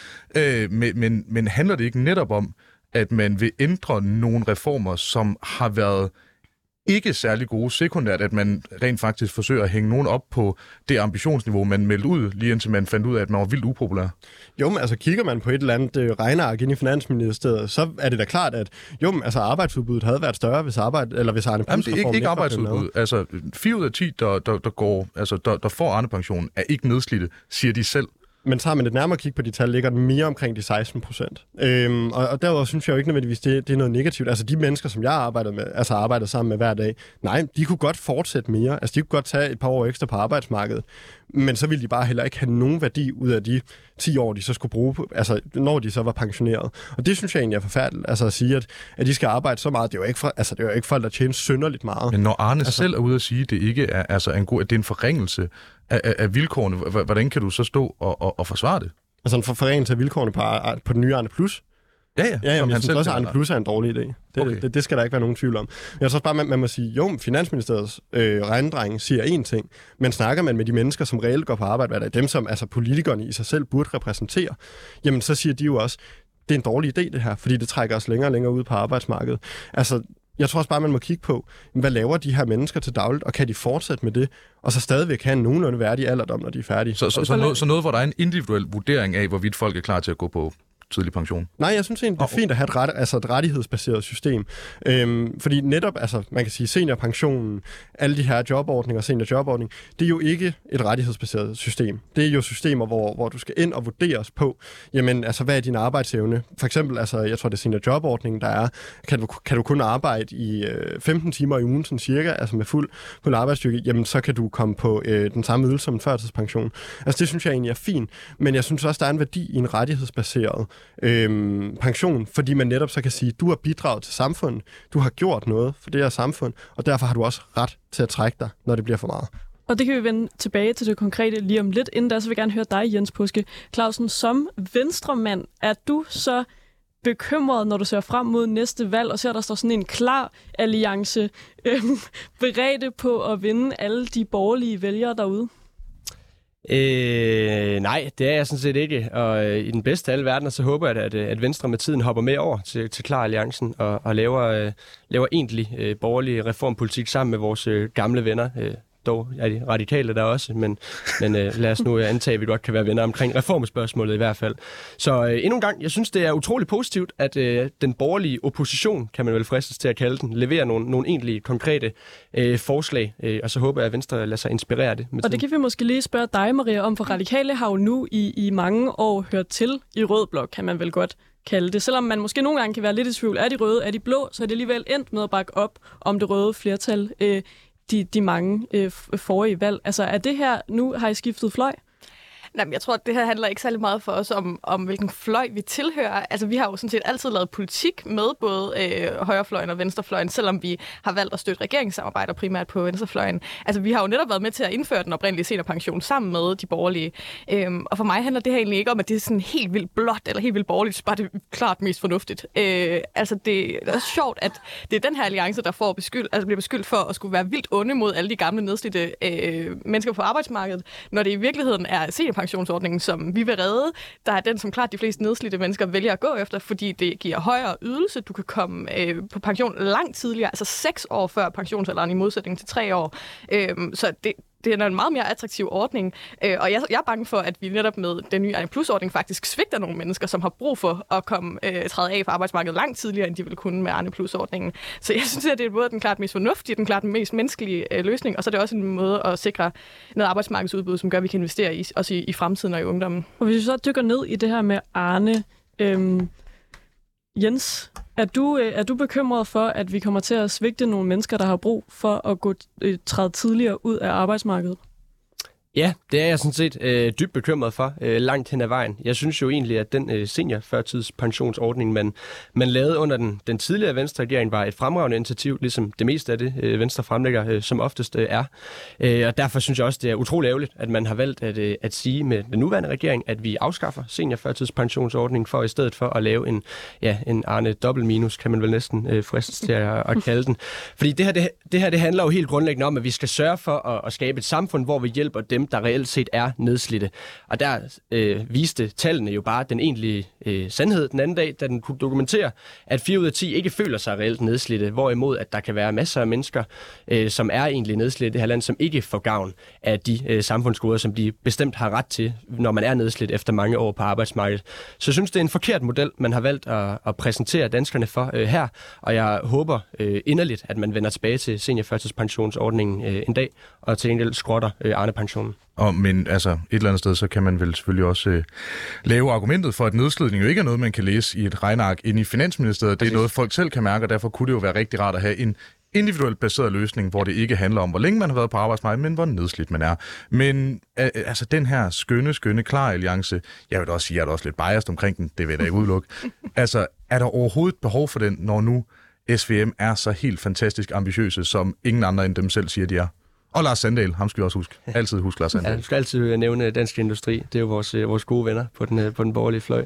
Men handler det ikke netop om, at man vil ændre nogle reformer, som har været ikke særlig gode sekundært, at man rent faktisk forsøger at hænge nogen op på det ambitionsniveau, man meldte ud, lige indtil man fandt ud af, at man var vildt upopulær? Jo, men kigger man på et eller andet regneark inde i Finansministeriet, så er det da klart, at arbejdsudbuddet havde været større, hvis Arne Plus-reformen ikke arbejdsudbud. 4 ud af 10, der får Arnepensionen, er ikke nedslidte, siger de selv. Men tager man et nærmere kig på de tal, ligger den mere omkring de 16%. Og derudover synes jeg jo ikke nødvendigvis, det er noget negativt. Altså de mennesker, som jeg arbejder sammen med hver dag, nej, de kunne godt fortsætte mere. Altså de kunne godt tage et par år ekstra på arbejdsmarkedet. Men så ville de bare heller ikke have nogen værdi ud af de 10 år, de så skulle bruge, når de så var pensioneret. Og det synes jeg egentlig er forfærdeligt. Altså at sige, at de skal arbejde så meget, det er jo ikke folk, der tjener synderligt meget. Men når Arne selv er ude at sige, at det ikke er at det er en forringelse af vilkårene, hvordan kan du så stå og forsvare det? Altså en forringelse af vilkårene på den nye Arne Plus? Ja, jeg synes også, at Arne Plus er en dårlig idé. Det skal der ikke være nogen tvivl om. Jeg tror bare, man må sige, jo, Finansministeriets regnedreng siger én ting, men snakker man med de mennesker, som reelt går på arbejde hver dag, dem som politikerne i sig selv burde repræsentere, jamen så siger de jo også, det er en dårlig idé det her, fordi det trækker os længere og længere ud på arbejdsmarkedet. Altså, jeg tror også bare, man må kigge på, hvad laver de her mennesker til dagligt, og kan de fortsætte med det, og så stadigvæk have en nogenlunde værdig alderdom, når de er færdige. Så noget, hvor der er en individuel vurdering af, hvorvidt folk er klar til at gå på tidlig pension? Nej, jeg synes egentlig, det er fint at have et rettighedsbaseret system. Fordi netop, man kan sige, seniorpensionen, alle de her jobordninger, seniorjobordning, det er jo ikke et rettighedsbaseret system. Det er jo systemer, hvor du skal ind og vurderes på, jamen, hvad er din arbejdsevne? For eksempel, jeg tror, det er seniorjobordningen, der er, kan du kun arbejde i 15 timer i ugen, sådan cirka, med fuld arbejdsstyrke, jamen, så kan du komme på den samme ydelse som en førtidspension. Det synes jeg egentlig er fint, men jeg synes også, der er en værdi i en rettighedsbaseret pension, fordi man netop så kan sige, du har bidraget til samfundet, du har gjort noget for det her samfund, og derfor har du også ret til at trække dig, når det bliver for meget. Og det kan vi vende tilbage til det konkrete lige om lidt. Inden da, så vil jeg gerne høre dig, Jens Påske Clausen, som venstremand. Er du så bekymret, når du ser frem mod næste valg, og ser, der står sådan en klar alliance beredte på at vinde alle de borgerlige vælgere derude? Nej, det er jeg sådan set ikke. Og i den bedste af alle verdener, så håber jeg, at Venstre med tiden hopper med over til Klar-alliancen og laver egentlig borgerlig reformpolitik sammen med vores gamle venner. Dog er de radikale der også, men lad os nu antage, at vi godt kan være venner omkring reformspørgsmålet i hvert fald. Så endnu en gang, jeg synes, det er utrolig positivt, at den borgerlige opposition, kan man vel fristes til at kalde den, leverer nogle egentlige konkrete forslag, og så håber jeg, at Venstre lader sig inspirere det. Og det kan vi måske lige spørge dig, Maria, om, for radikale har jo nu i mange år hørt til i rød blok, kan man vel godt kalde det. Selvom man måske nogle gange kan være lidt i tvivl, er de røde, er de blå, så er det alligevel endt med at bakke op om det røde flertal de mange forrige valg. Er det her, nu har I skiftet fløj? Jamen, jeg tror, at det her handler ikke særlig meget for os om hvilken fløj vi tilhører. Vi har jo sådan set altid lavet politik med både højrefløjen og venstrefløjen, selvom vi har valgt at støtte regeringssamarbejder primært på venstrefløjen. Vi har jo netop været med til at indføre den oprindelige seniorpension sammen med de borgerlige. Og for mig handler det her egentlig ikke om, at det er sådan helt vildt blåt eller helt vildt borgerligt, bare det er klart mest fornuftigt. Det er sjovt, at det er den her alliance, der bliver beskyldt for at skulle være vildt onde mod alle de gamle nedslidte mennesker på arbejdsmarkedet, når det i virkeligheden er seniorpensionsordningen, som vi vil redde, der er den, som klart de fleste nedslidte mennesker vælger at gå efter, fordi det giver højere ydelse. Du kan komme på pension langt tidligere, 6 år før pensionsalderen i modsætning til 3 år. Så det er en meget mere attraktiv ordning, og jeg er bange for, at vi netop med den nye Arne Plus-ordning faktisk svigter nogle mennesker, som har brug for at træde af fra arbejdsmarkedet langt tidligere, end de ville kunne med Arne Plus-ordningen. Så jeg synes, at det er både den klart mest fornuftige, den klart mest menneskelige løsning, og så er det også en måde at sikre noget arbejdsmarkedsudbud, som gør, at vi kan investere i fremtiden og i ungdommen. Og hvis vi så dykker ned i det her med Arne, Jens, er du bekymret for, at vi kommer til at svigte nogle mennesker, der har brug for at træde tidligere ud af arbejdsmarkedet? Ja, det er jeg sådan set dybt bekymret for langt hen ad vejen. Jeg synes jo egentlig, at den seniorførtidspensionsordning, man lavede under den tidligere Venstre-regering, var et fremragende initiativ, ligesom det meste af det Venstre fremlægger som oftest er. Og derfor synes jeg også, det er utrolig ærgerligt, at man har valgt at sige med den nuværende regering, at vi afskaffer seniorførtidspensionsordningen for i stedet for at lave en Arne dobbelt minus, kan man vel næsten fristes til at kalde den. Fordi det her handler jo helt grundlæggende om, at vi skal sørge for at skabe et samfund, hvor vi hjælper dem, der reelt set er nedslidte. Og der viste tallene jo bare den egentlige sandhed den anden dag, da den kunne dokumentere, at 4 ud af 10 ikke føler sig reelt nedslidte, hvorimod at der kan være masser af mennesker, som er egentlig nedslidte i det her land, som ikke får gavn af de samfundsgoder, som de bestemt har ret til, når man er nedslidt efter mange år på arbejdsmarkedet. Så jeg synes, det er en forkert model, man har valgt at præsentere danskerne for her, og jeg håber inderligt, at man vender tilbage til seniorførtidspensionsordningen en dag, og til gengæld skrotter Arne-pensionen. Men altså, et eller andet sted, så kan man vel selvfølgelig også lave argumentet for, at nedslidning jo ikke er noget, man kan læse i et regneark inde i Finansministeriet. Det er noget, folk selv kan mærke, og derfor kunne det jo være rigtig rart at have en individuelt baseret løsning, hvor det ikke handler om, hvor længe man har været på arbejdsmarkedet, men hvor nedslidt man er. Men altså, den her skønne KLAR-alliance, jeg vil da også sige, at jeg er også lidt biased omkring den, det vil jeg da ikke udelukke. Altså, er der overhovedet behov for den, når nu SVM er så helt fantastisk ambitiøse, som ingen andre end dem selv siger, de er? Og Lars Sandahl, ham skal vi også huske. Altid huske Lars Sandahl. Ja, du skal altid nævne Dansk Industri. Det er jo vores gode venner på den borgerlige fløj.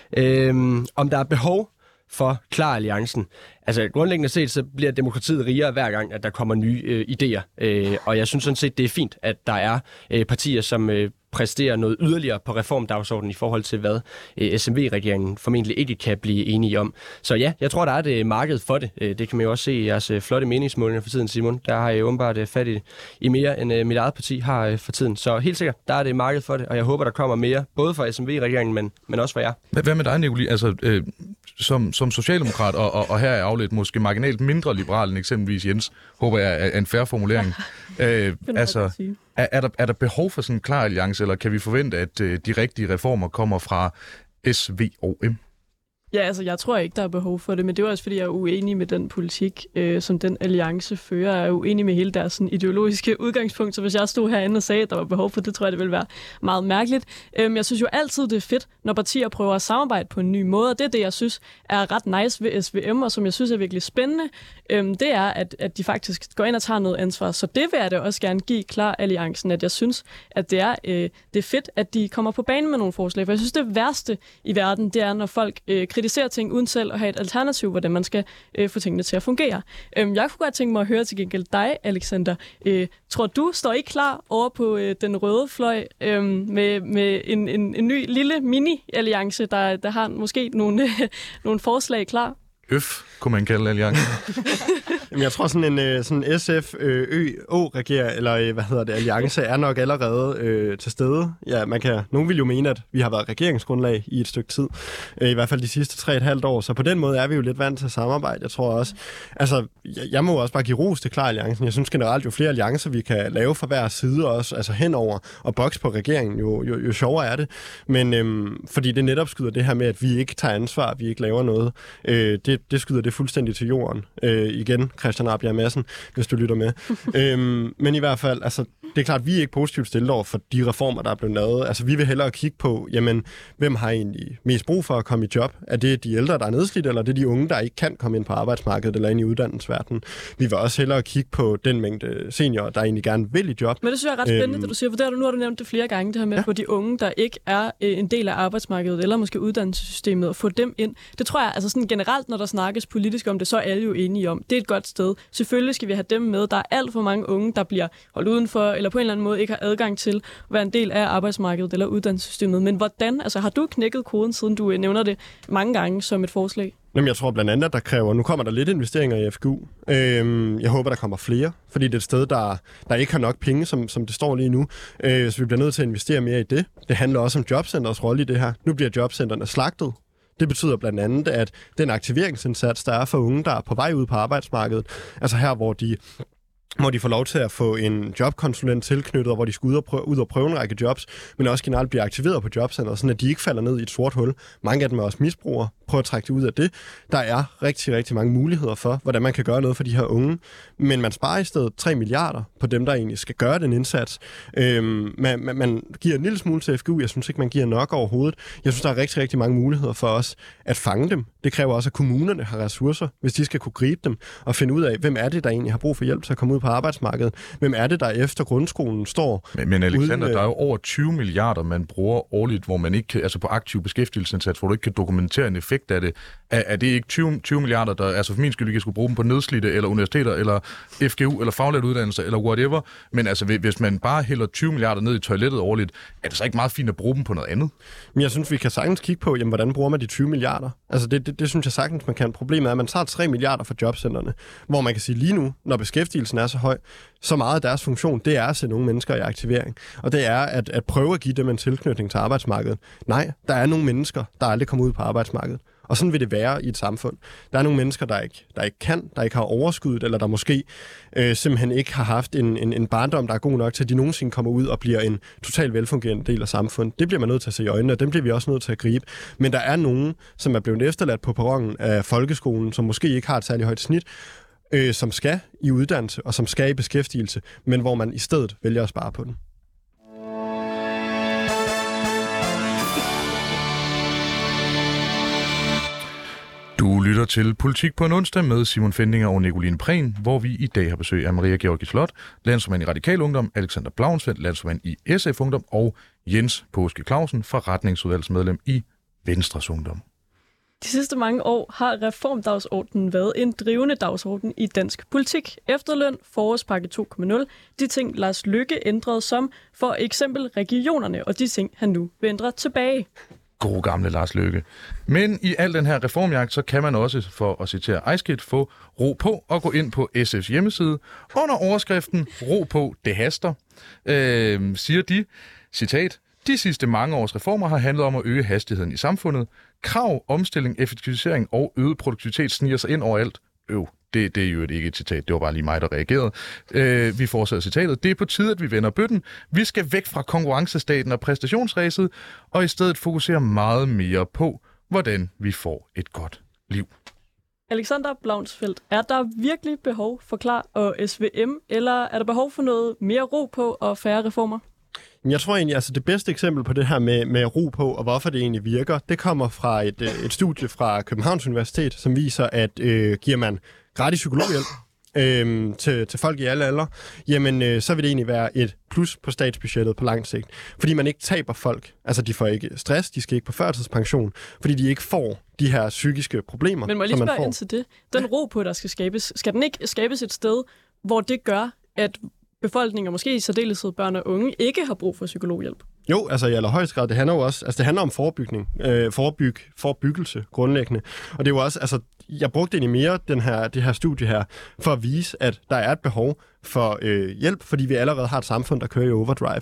Om der er behov for KLAR-alliancen. Altså grundlæggende set, så bliver demokratiet rigere hver gang, at der kommer nye idéer. Og jeg synes sådan set, det er fint, at der er partier, som præstere noget yderligere på reformdagsordenen i forhold til, hvad SMV-regeringen formentlig ikke kan blive enige om. Så ja, jeg tror, der er et marked for det. Det kan man jo også se i jeres flotte meningsmålinger for tiden, Simon. Der har jeg åbenbart fat i mere, end mit eget parti har for tiden. Så helt sikkert, der er det marked for det, og jeg håber, der kommer mere, både fra SMV-regeringen, men også fra jer. Hvad med dig, Nicolai? Altså, som socialdemokrat, og her er afledt måske marginalt mindre liberal end eksempelvis Jens, håber jeg er en fair formulering. Altså, er der behov for sådan en KLAR-alliance, eller kan vi forvente, at de rigtige reformer kommer fra SVM? Ja, altså jeg tror ikke, der er behov for det, men det er også fordi, jeg er uenig med den politik, som den alliance fører. Jeg er uenig med hele deres sådan, ideologiske udgangspunkt, så hvis jeg stod herinde og sagde, at der var behov for det, tror jeg, det ville være meget mærkeligt. Jeg synes jo altid, det er fedt, når partier prøver at samarbejde på en ny måde, og det er det, jeg synes er ret nice ved SVM, og som jeg synes er virkelig spændende, det er, at de faktisk går ind og tager noget ansvar. Så det vil jeg da også gerne give KLAR-alliancen, at jeg synes, at det er fedt, at de kommer på banen med nogle forslag, for jeg synes, det værste i verden, det er, når folk kritisere ting uden selv at have et alternativ, hvordan man skal få tingene til at fungere. Jeg kunne godt tænke mig at høre til gengæld dig, Alexander. Tror du, står I klar over på den røde fløj med en ny lille mini-alliance, der har måske nogle forslag klar? Kunne man kalde alliancen. Jamen, jeg tror sådan en SF-Ø-O-regering, eller alliance, er nok allerede til stede. Ja, nogen vil jo mene, at vi har været regeringsgrundlag i et stykke tid. I hvert fald de sidste 3,5 år. Så på den måde er vi jo lidt vant til at samarbejde. Jeg tror også, altså, jeg må også bare give ros til KLAR-alliancen. Jeg synes generelt, jo flere alliancer vi kan lave fra hver side også, altså henover og bokse på regeringen, jo sjovere er det. Men fordi det netop skyder det her med, at vi ikke tager ansvar, at vi ikke laver noget. Det skyder det fuldstændig til jorden. Igen, Christian Rabjerg Madsen, hvis du lytter med. Men i hvert fald, altså, det er klart, at vi er ikke positivt stillet over for de reformer, der er blevet lavet. Altså, vi vil hellere kigge på, jamen, hvem har egentlig mest brug for at komme i job? Er det de ældre, der er nedslidt, eller er det de unge, der ikke kan komme ind på arbejdsmarkedet eller ind i uddannelsesverdenen? Vi vil også hellere kigge på den mængde seniorer, der egentlig gerne vil i job. Men det synes jeg er ret spændende, det du siger, for nu har du nævnt det flere gange, det her med på de unge, der ikke er en del af arbejdsmarkedet, eller måske uddannelsessystemet, og få dem ind. Det tror jeg, altså sådan generelt, når der snakkes politisk om det, så er alle jo enige om. Det er et godt sted. Selvfølgelig skal vi have dem med. Der er alt for mange unge, der bliver holdt udenfor, eller på en eller anden måde ikke har adgang til at være en del af arbejdsmarkedet eller uddannelsessystemet. Men hvordan? Altså, har du knækket koden, siden du nævner det mange gange som et forslag? Jamen, jeg tror blandt andet, at der kræver, nu kommer der lidt investeringer i FGU. Jeg håber, der kommer flere, fordi det er et sted, der ikke har nok penge, som det står lige nu. Så vi bliver nødt til at investere mere i det. Det handler også om jobcenters rolle i det her. Nu bliver jobcenterne slagtet. Det betyder blandt andet, at den aktiveringsindsats, der er for unge, der er på vej ud på arbejdsmarkedet, altså her, hvor de får lov til at få en jobkonsulent tilknyttet, og hvor de skal ud og prøve en række jobs, men også generelt bliver aktiveret på jobcenteret, sådan at de ikke falder ned i et sort hul. Mange af dem er også misbrugere. Prøv at trække det ud af det. Der er rigtig, rigtig mange muligheder for, hvordan man kan gøre noget for de her unge. Men man sparer i stedet 3 milliarder på dem, der egentlig skal gøre den indsats. Man giver en lille smule til FGU. Jeg synes ikke, man giver nok overhovedet. Jeg synes, der er rigtig, rigtig mange muligheder for os at fange dem. Det kræver også, at kommunerne har ressourcer, hvis de skal kunne gribe dem og finde ud af, hvem er det, der egentlig har brug for hjælp til at komme ud på arbejdsmarkedet. Hvem er det, der efter grundskolen står? Men Alexander, der er jo over 20 milliarder, man bruger årligt, hvor man ikke kan, altså på aktiv beskæftigelsesindsats, hvor du ikke kan dokumentere en effekt af det. Er det ikke 20 milliarder, der altså for min skyld ikke skulle bruge dem på nedslidte, eller universiteter, eller FGU, eller faglært uddannelse, eller whatever. Men altså, hvis man bare hælder 20 milliarder ned i toilettet årligt, er det så ikke meget fint at bruge dem på noget andet? Men jeg synes, vi kan sagtens kigge på, jamen, hvordan bruger man de 20 milliarder? Altså, det synes jeg sagtens, man kan. Problemet er, at man tager 3 milliarder fra jobcentrene, hvor man kan sige lige nu, når beskæftigelsen er så høj, så meget af deres funktion, det er at sætte nogle mennesker i aktivering. Og det er at prøve at give dem en tilknytning til arbejdsmarkedet. Nej, der er nogle mennesker, der aldrig kommer ud på arbejdsmarkedet. Og sådan vil det være i et samfund. Der er nogle mennesker, der ikke kan, der ikke har overskuddet, eller der måske simpelthen ikke har haft en barndom, der er god nok til, at de nogensinde kommer ud og bliver en totalt velfungerende del af samfundet. Det bliver man nødt til at se i øjnene, og dem bliver vi også nødt til at gribe. Men der er nogen, som er blevet efterladt på perronen af folkeskolen, som måske ikke har et særligt højt snit, som skal i uddannelse og som skal i beskæftigelse, men hvor man i stedet vælger at spare på den. Du lytter til Politik på en onsdag med Simon Fendinger og Nicoline Prehn, hvor vi i dag har besøg af Maria Georgi Slot, landsformand i Radikal Ungdom, Alexander Blauensfeldt, landsformand i SF Ungdom og Jens Påske Clausen, forretningsudvalgsmedlem i Venstres Ungdom. De sidste mange år har reformdagsordenen været en drivende dagsorden i dansk politik. Efterløn, forårspakke 2.0, de ting Lars Løkke ændrede som for eksempel regionerne, og de ting han nu vil ændre tilbage. God gamle Lars Løkke. Men i al den her reformjagt, så kan man også, for at citere Ejskit, få ro på og gå ind på SF's hjemmeside. Under overskriften "Ro på, det haster", siger de, citat, "De sidste mange års reformer har handlet om at øge hastigheden i samfundet. Krav, omstilling, effektivisering og øget produktivitet sniger sig ind overalt." Det er jo ikke et citat, det var bare lige mig, der reagerede. Vi fortsætter citatet. "Det er på tide, at vi vender bøtten. Vi skal væk fra konkurrencestaten og præstationsræset, og i stedet fokusere meget mere på, hvordan vi får et godt liv." Alexander Blauensfeldt, er der virkelig behov for KLAR og SVM, eller er der behov for noget mere ro på og færre reformer? Jeg tror egentlig, altså det bedste eksempel på det her med ro på, og hvorfor det egentlig virker, det kommer fra et studie fra Københavns Universitet, som viser, at giver man gratis psykologhjælp til folk i alle aldre, jamen så vil det egentlig være et plus på statsbudgettet på lang sigt. Fordi man ikke taber folk. Altså de får ikke stress, de skal ikke på førtidspension, fordi de ikke får de her psykiske problemer, Men må jeg lige spørge ind til det? Den ro på, der skal skabes, skal den ikke skabes et sted, hvor det gør, at befolkningen, og måske i særdeleshed børn og unge, ikke har brug for psykologhjælp? Jo, altså i allerhøjst grad. Det handler jo også, altså det handler om forebygning, forebyggelse grundlæggende. Og det er jo også, altså jeg brugte egentlig mere det her studie her, for at vise, at der er et behov for hjælp, fordi vi allerede har et samfund, der kører i overdrive.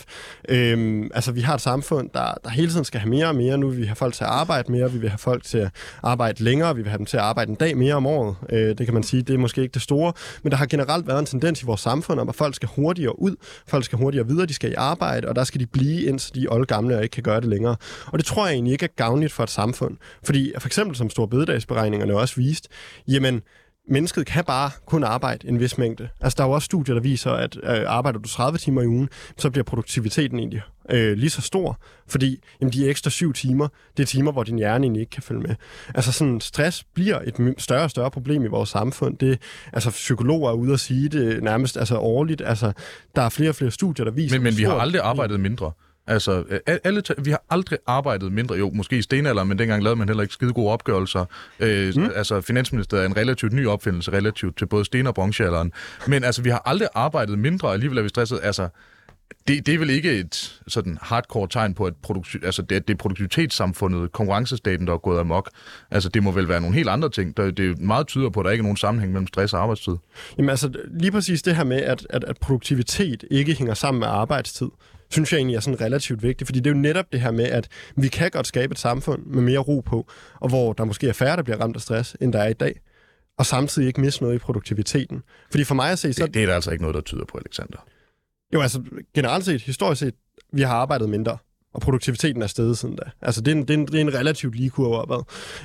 Altså vi har et samfund, der hele tiden skal have mere og mere. Nu vil vi have folk til at arbejde mere, vi vil have folk til at arbejde længere, vi vil have dem til at arbejde en dag mere om året. Det kan man sige, det er måske ikke det store, men der har generelt været en tendens i vores samfund om, at folk skal hurtigere ud, folk skal hurtigere videre, de skal i arbejde, og der skal de blive, indtil de er oldgamle og ikke kan gøre det længere. Og det tror jeg egentlig ikke er gavnligt for et samfund. Fordi for eksempel som store bededagsberegningerne også vist, jamen mennesket kan bare kun arbejde en vis mængde. Altså der er jo også studier, der viser, at arbejder du 30 timer i ugen, så bliver produktiviteten egentlig lige så stor, fordi jamen, de ekstra 7 timer, det er timer, hvor din hjerne egentlig ikke kan følge med. Altså sådan stress bliver et større og større problem i vores samfund. Det, altså psykologer er ude at sige det nærmest altså årligt. Altså der er flere og flere studier, der viser... Men vi har aldrig arbejdet mindre. Altså, vi har aldrig arbejdet mindre, jo, måske i stenalderen, men dengang lavede man heller ikke skide gode opgørelser. Altså, Finansministeriet er en relativt ny opfindelse, relativt til både sten- og bronzealderen. Men altså, vi har aldrig arbejdet mindre, og alligevel er vi stresset. Altså, det er vel ikke et sådan hardcore tegn på, at det er produktivitetssamfundet, konkurrencestaten, der er gået amok. Altså, det må vel være nogle helt andre ting. Det er meget tyder på, at der ikke er nogen sammenhæng mellem stress og arbejdstid. Jamen altså, lige præcis det her med, at produktivitet ikke hænger sammen med arbejdstid, synes jeg egentlig er sådan relativt vigtigt, fordi det er jo netop det her med, at vi kan godt skabe et samfund med mere ro på, og hvor der måske er færre, der bliver ramt af stress, end der er i dag, og samtidig ikke miste noget i produktiviteten. Fordi for mig at se... Det er der altså ikke noget, der tyder på, Alexander. Jo, altså generelt set, historisk set, vi har arbejdet mindre, og produktiviteten er steget siden da. Altså det er en relativt lige kurve opad.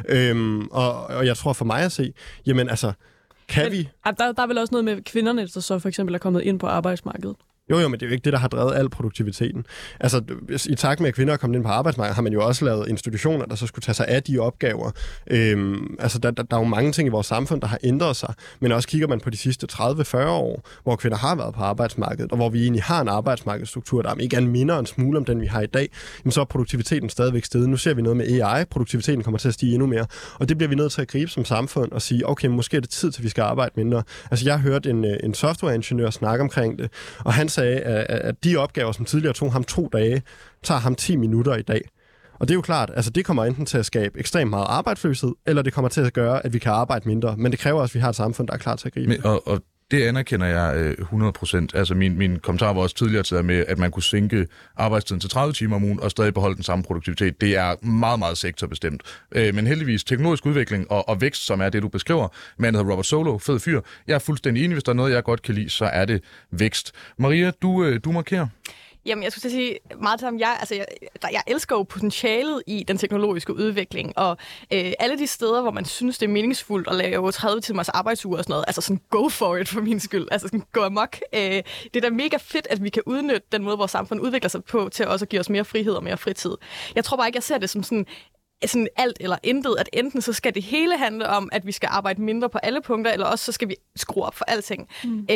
Og jeg tror for mig at se, jamen altså, vi... Der er vel også noget med kvinderne, der så for eksempel er kommet ind på arbejdsmarkedet. Jo, men det er jo ikke det, der har drevet al produktiviteten. Altså, i takt med, at kvinder er kommet ind på arbejdsmarkedet, har man jo også lavet institutioner, der så skulle tage sig af de opgaver. Altså, der er jo mange ting i vores samfund, der har ændret sig, men også kigger man på de sidste 30-40 år, hvor kvinder har været på arbejdsmarkedet, og hvor vi egentlig har en arbejdsmarkedsstruktur, der ikke er mindre en smule om den, vi har i dag, men så er produktiviteten stadigvæk steget. Nu ser vi noget med AI, produktiviteten kommer til at stige endnu mere, og det bliver vi nødt til at gribe som samfund og sige, okay, måske er det tid til, vi skal arbejde mindre. Altså, jeg hørte en softwareingeniør snakke omkring det, og han sagde, at de opgaver, som tidligere tog ham 2 dage, tager ham 10 minutter i dag. Og det er jo klart, altså det kommer enten til at skabe ekstremt meget arbejdsløshed, eller det kommer til at gøre, at vi kan arbejde mindre. Men det kræver også, at vi har et samfund, der er klar til at gribe. Og Det anerkender jeg 100%. Altså min kommentar var også tidligere til med, at man kunne sænke arbejdstiden til 30 timer om ugen og stadig beholde den samme produktivitet. Det er meget, meget sektorbestemt. Men heldigvis teknologisk udvikling og vækst, som er det, du beskriver. Manden hedder Robert Solow, fed fyr. Jeg er fuldstændig enig, hvis der er noget, jeg godt kan lide, så er det vækst. Maria, du markerer. Jamen, jeg skulle til at sige meget til ham. Jeg elsker jo potentialet i den teknologiske udvikling, og alle de steder, hvor man synes, det er meningsfuldt at lave 30 timers arbejdsuge og sådan noget, altså sådan go for it for min skyld, altså sådan go amok. Det er da mega fedt, at vi kan udnytte den måde, vores samfund udvikler sig på, til også at give os mere frihed og mere fritid. Jeg tror bare ikke, jeg ser det som sådan alt eller intet, at enten så skal det hele handle om, at vi skal arbejde mindre på alle punkter, eller også så skal vi skrue op for alting.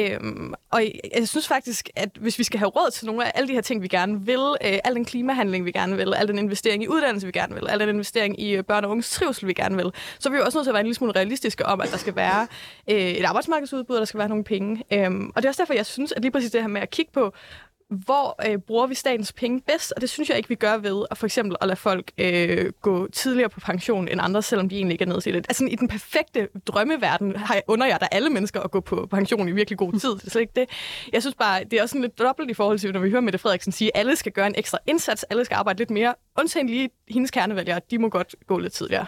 Og jeg synes faktisk, at hvis vi skal have råd til nogle af alle de her ting, vi gerne vil, al den klimahandling, vi gerne vil, al den investering i uddannelse, vi gerne vil, al den investering i børn og unges trivsel, vi gerne vil, så er vi jo også nødt til at være en lille smule realistiske om, at der skal være et arbejdsmarkedsudbud, og der skal være nogle penge. Og det er også derfor, jeg synes, at lige præcis det her med at kigge på, hvor bruger vi statens penge bedst, og det synes jeg ikke, vi gør ved at for eksempel at lade folk gå tidligere på pension end andre, selvom de egentlig ikke er nedslidte. Altså i den perfekte drømmeverden under jeg der alle mennesker at gå på pension i virkelig god tid. Det er slet ikke det. Jeg synes bare, det er også sådan lidt dobbelt i forhold til, når vi hører Mette Frederiksen sige, at alle skal gøre en ekstra indsats, alle skal arbejde lidt mere. Undtagen lige hendes kernevælgere, de må godt gå lidt tidligere.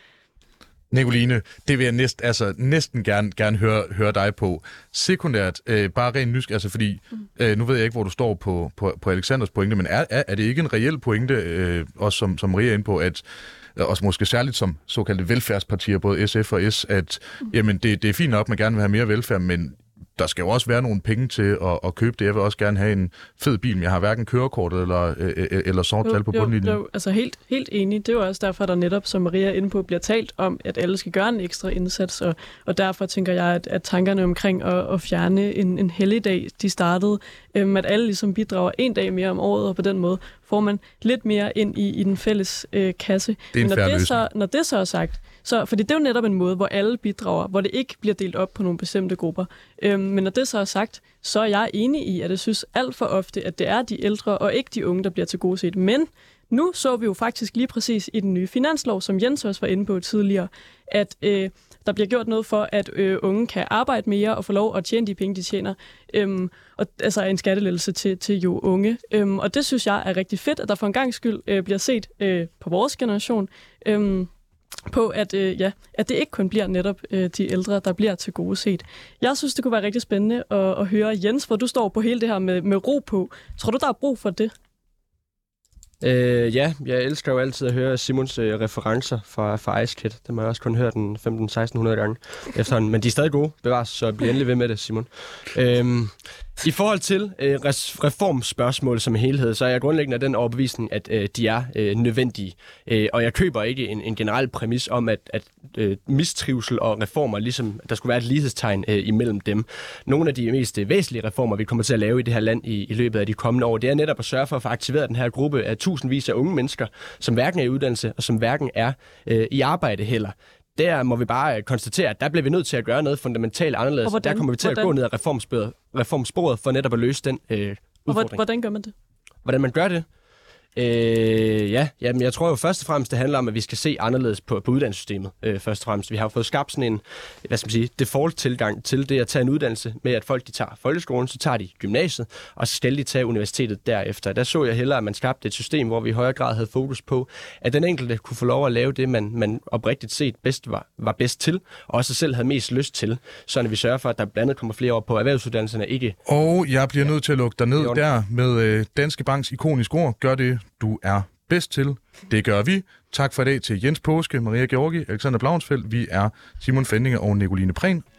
Nicoline, det vil jeg næsten gerne høre dig på. Sekundært, bare rent nysgerrig, altså fordi, nu ved jeg ikke, hvor du står på Alexanders pointe, men er det ikke en reel pointe, også som Maria er inde på, at også måske særligt som såkaldte velfærdspartier, både SF og S, at jamen, det er fint nok, at man gerne vil have mere velfærd, men der skal jo også være nogle penge til at købe det. Jeg vil også gerne have en fed bil, men jeg har hverken kørekortet eller sort tal på bundlinjen. Jo, altså helt enig. Det er jo også derfor, der netop, som Maria er inde på, bliver talt om, at alle skal gøre en ekstra indsats, og derfor tænker jeg, at tankerne omkring at fjerne en helligdag, de startede, at alle ligesom bidrager en dag mere om året, og på den måde får man lidt mere ind i den fælles kasse. Det er en fair løsning. Når det så er sagt, fordi det er jo netop en måde, hvor alle bidrager, hvor det ikke bliver delt op på nogle bestemte grupper. Men når det så er sagt, så er jeg enig i, at jeg synes alt for ofte, at det er de ældre og ikke de unge, der bliver tilgodeset. Men nu så vi jo faktisk lige præcis i den nye finanslov, som Jens også var inde på tidligere, at der bliver gjort noget for, at unge kan arbejde mere og få lov at tjene de penge, de tjener. Og altså en skattelettelse til jo unge. Og det synes jeg er rigtig fedt, at der for en gang skyld bliver set på vores generation, på, at det ikke kun bliver netop de ældre, der bliver til gode set. Jeg synes, det kunne være rigtig spændende at høre, Jens, hvor du står på hele det her med ro på. Tror du, der er brug for det? Ja, jeg elsker jo altid at høre Simons referencer fra Ice Kid. Det har jeg også kun hørt 1500-1600 gange efterhånden. Men de er stadig gode, bevares, så bliv endelig ved med det, Simon. I forhold til reformspørgsmål som helhed, så er jeg grundlæggende af den overbevisning, at de er nødvendige. Og jeg køber ikke en generel præmis om, at mistrivsel og reformer, ligesom der skulle være et lighedstegn imellem dem. Nogle af de mest væsentlige reformer, vi kommer til at lave i det her land i løbet af de kommende år, det er netop at sørge for at få aktiveret den her gruppe af tusindvis af unge mennesker, som hverken er i uddannelse og som hverken er i arbejde heller. Der må vi bare konstatere, at der bliver vi nødt til at gøre noget fundamentalt anderledes. Der kommer vi til at gå ned ad reformsporet for netop at løse den udfordring. Hvordan gør man det? Hvordan man gør det? Jamen, jeg tror jo først og fremmest, det handler om, at vi skal se anderledes på uddannelsessystemet. Først og fremmest. Vi har jo fået skabt sådan en, default-tilgang til det at tage en uddannelse med, at folk de tager folkeskolen, så tager de gymnasiet, og så skal de tage universitetet derefter. Der så jeg hellere, at man skabte et system, hvor vi i højere grad havde fokus på, at den enkelte kunne få lov at lave det, man oprigtigt set bedst var bedst til, og også selv havde mest lyst til, så vi sørger for, at der blandt andet kommer flere år på erhvervsuddannelserne. Ikke. Og jeg bliver nødt til at lukke dig ned der med Danske Banks ikoniske ord. Gør det, du er bedst til. Det gør vi. Tak for i dag til Jens Påske, Maria Georgi, Alexander Blauensfeldt. Vi er Simon Fendinge og Nicoline Prehn.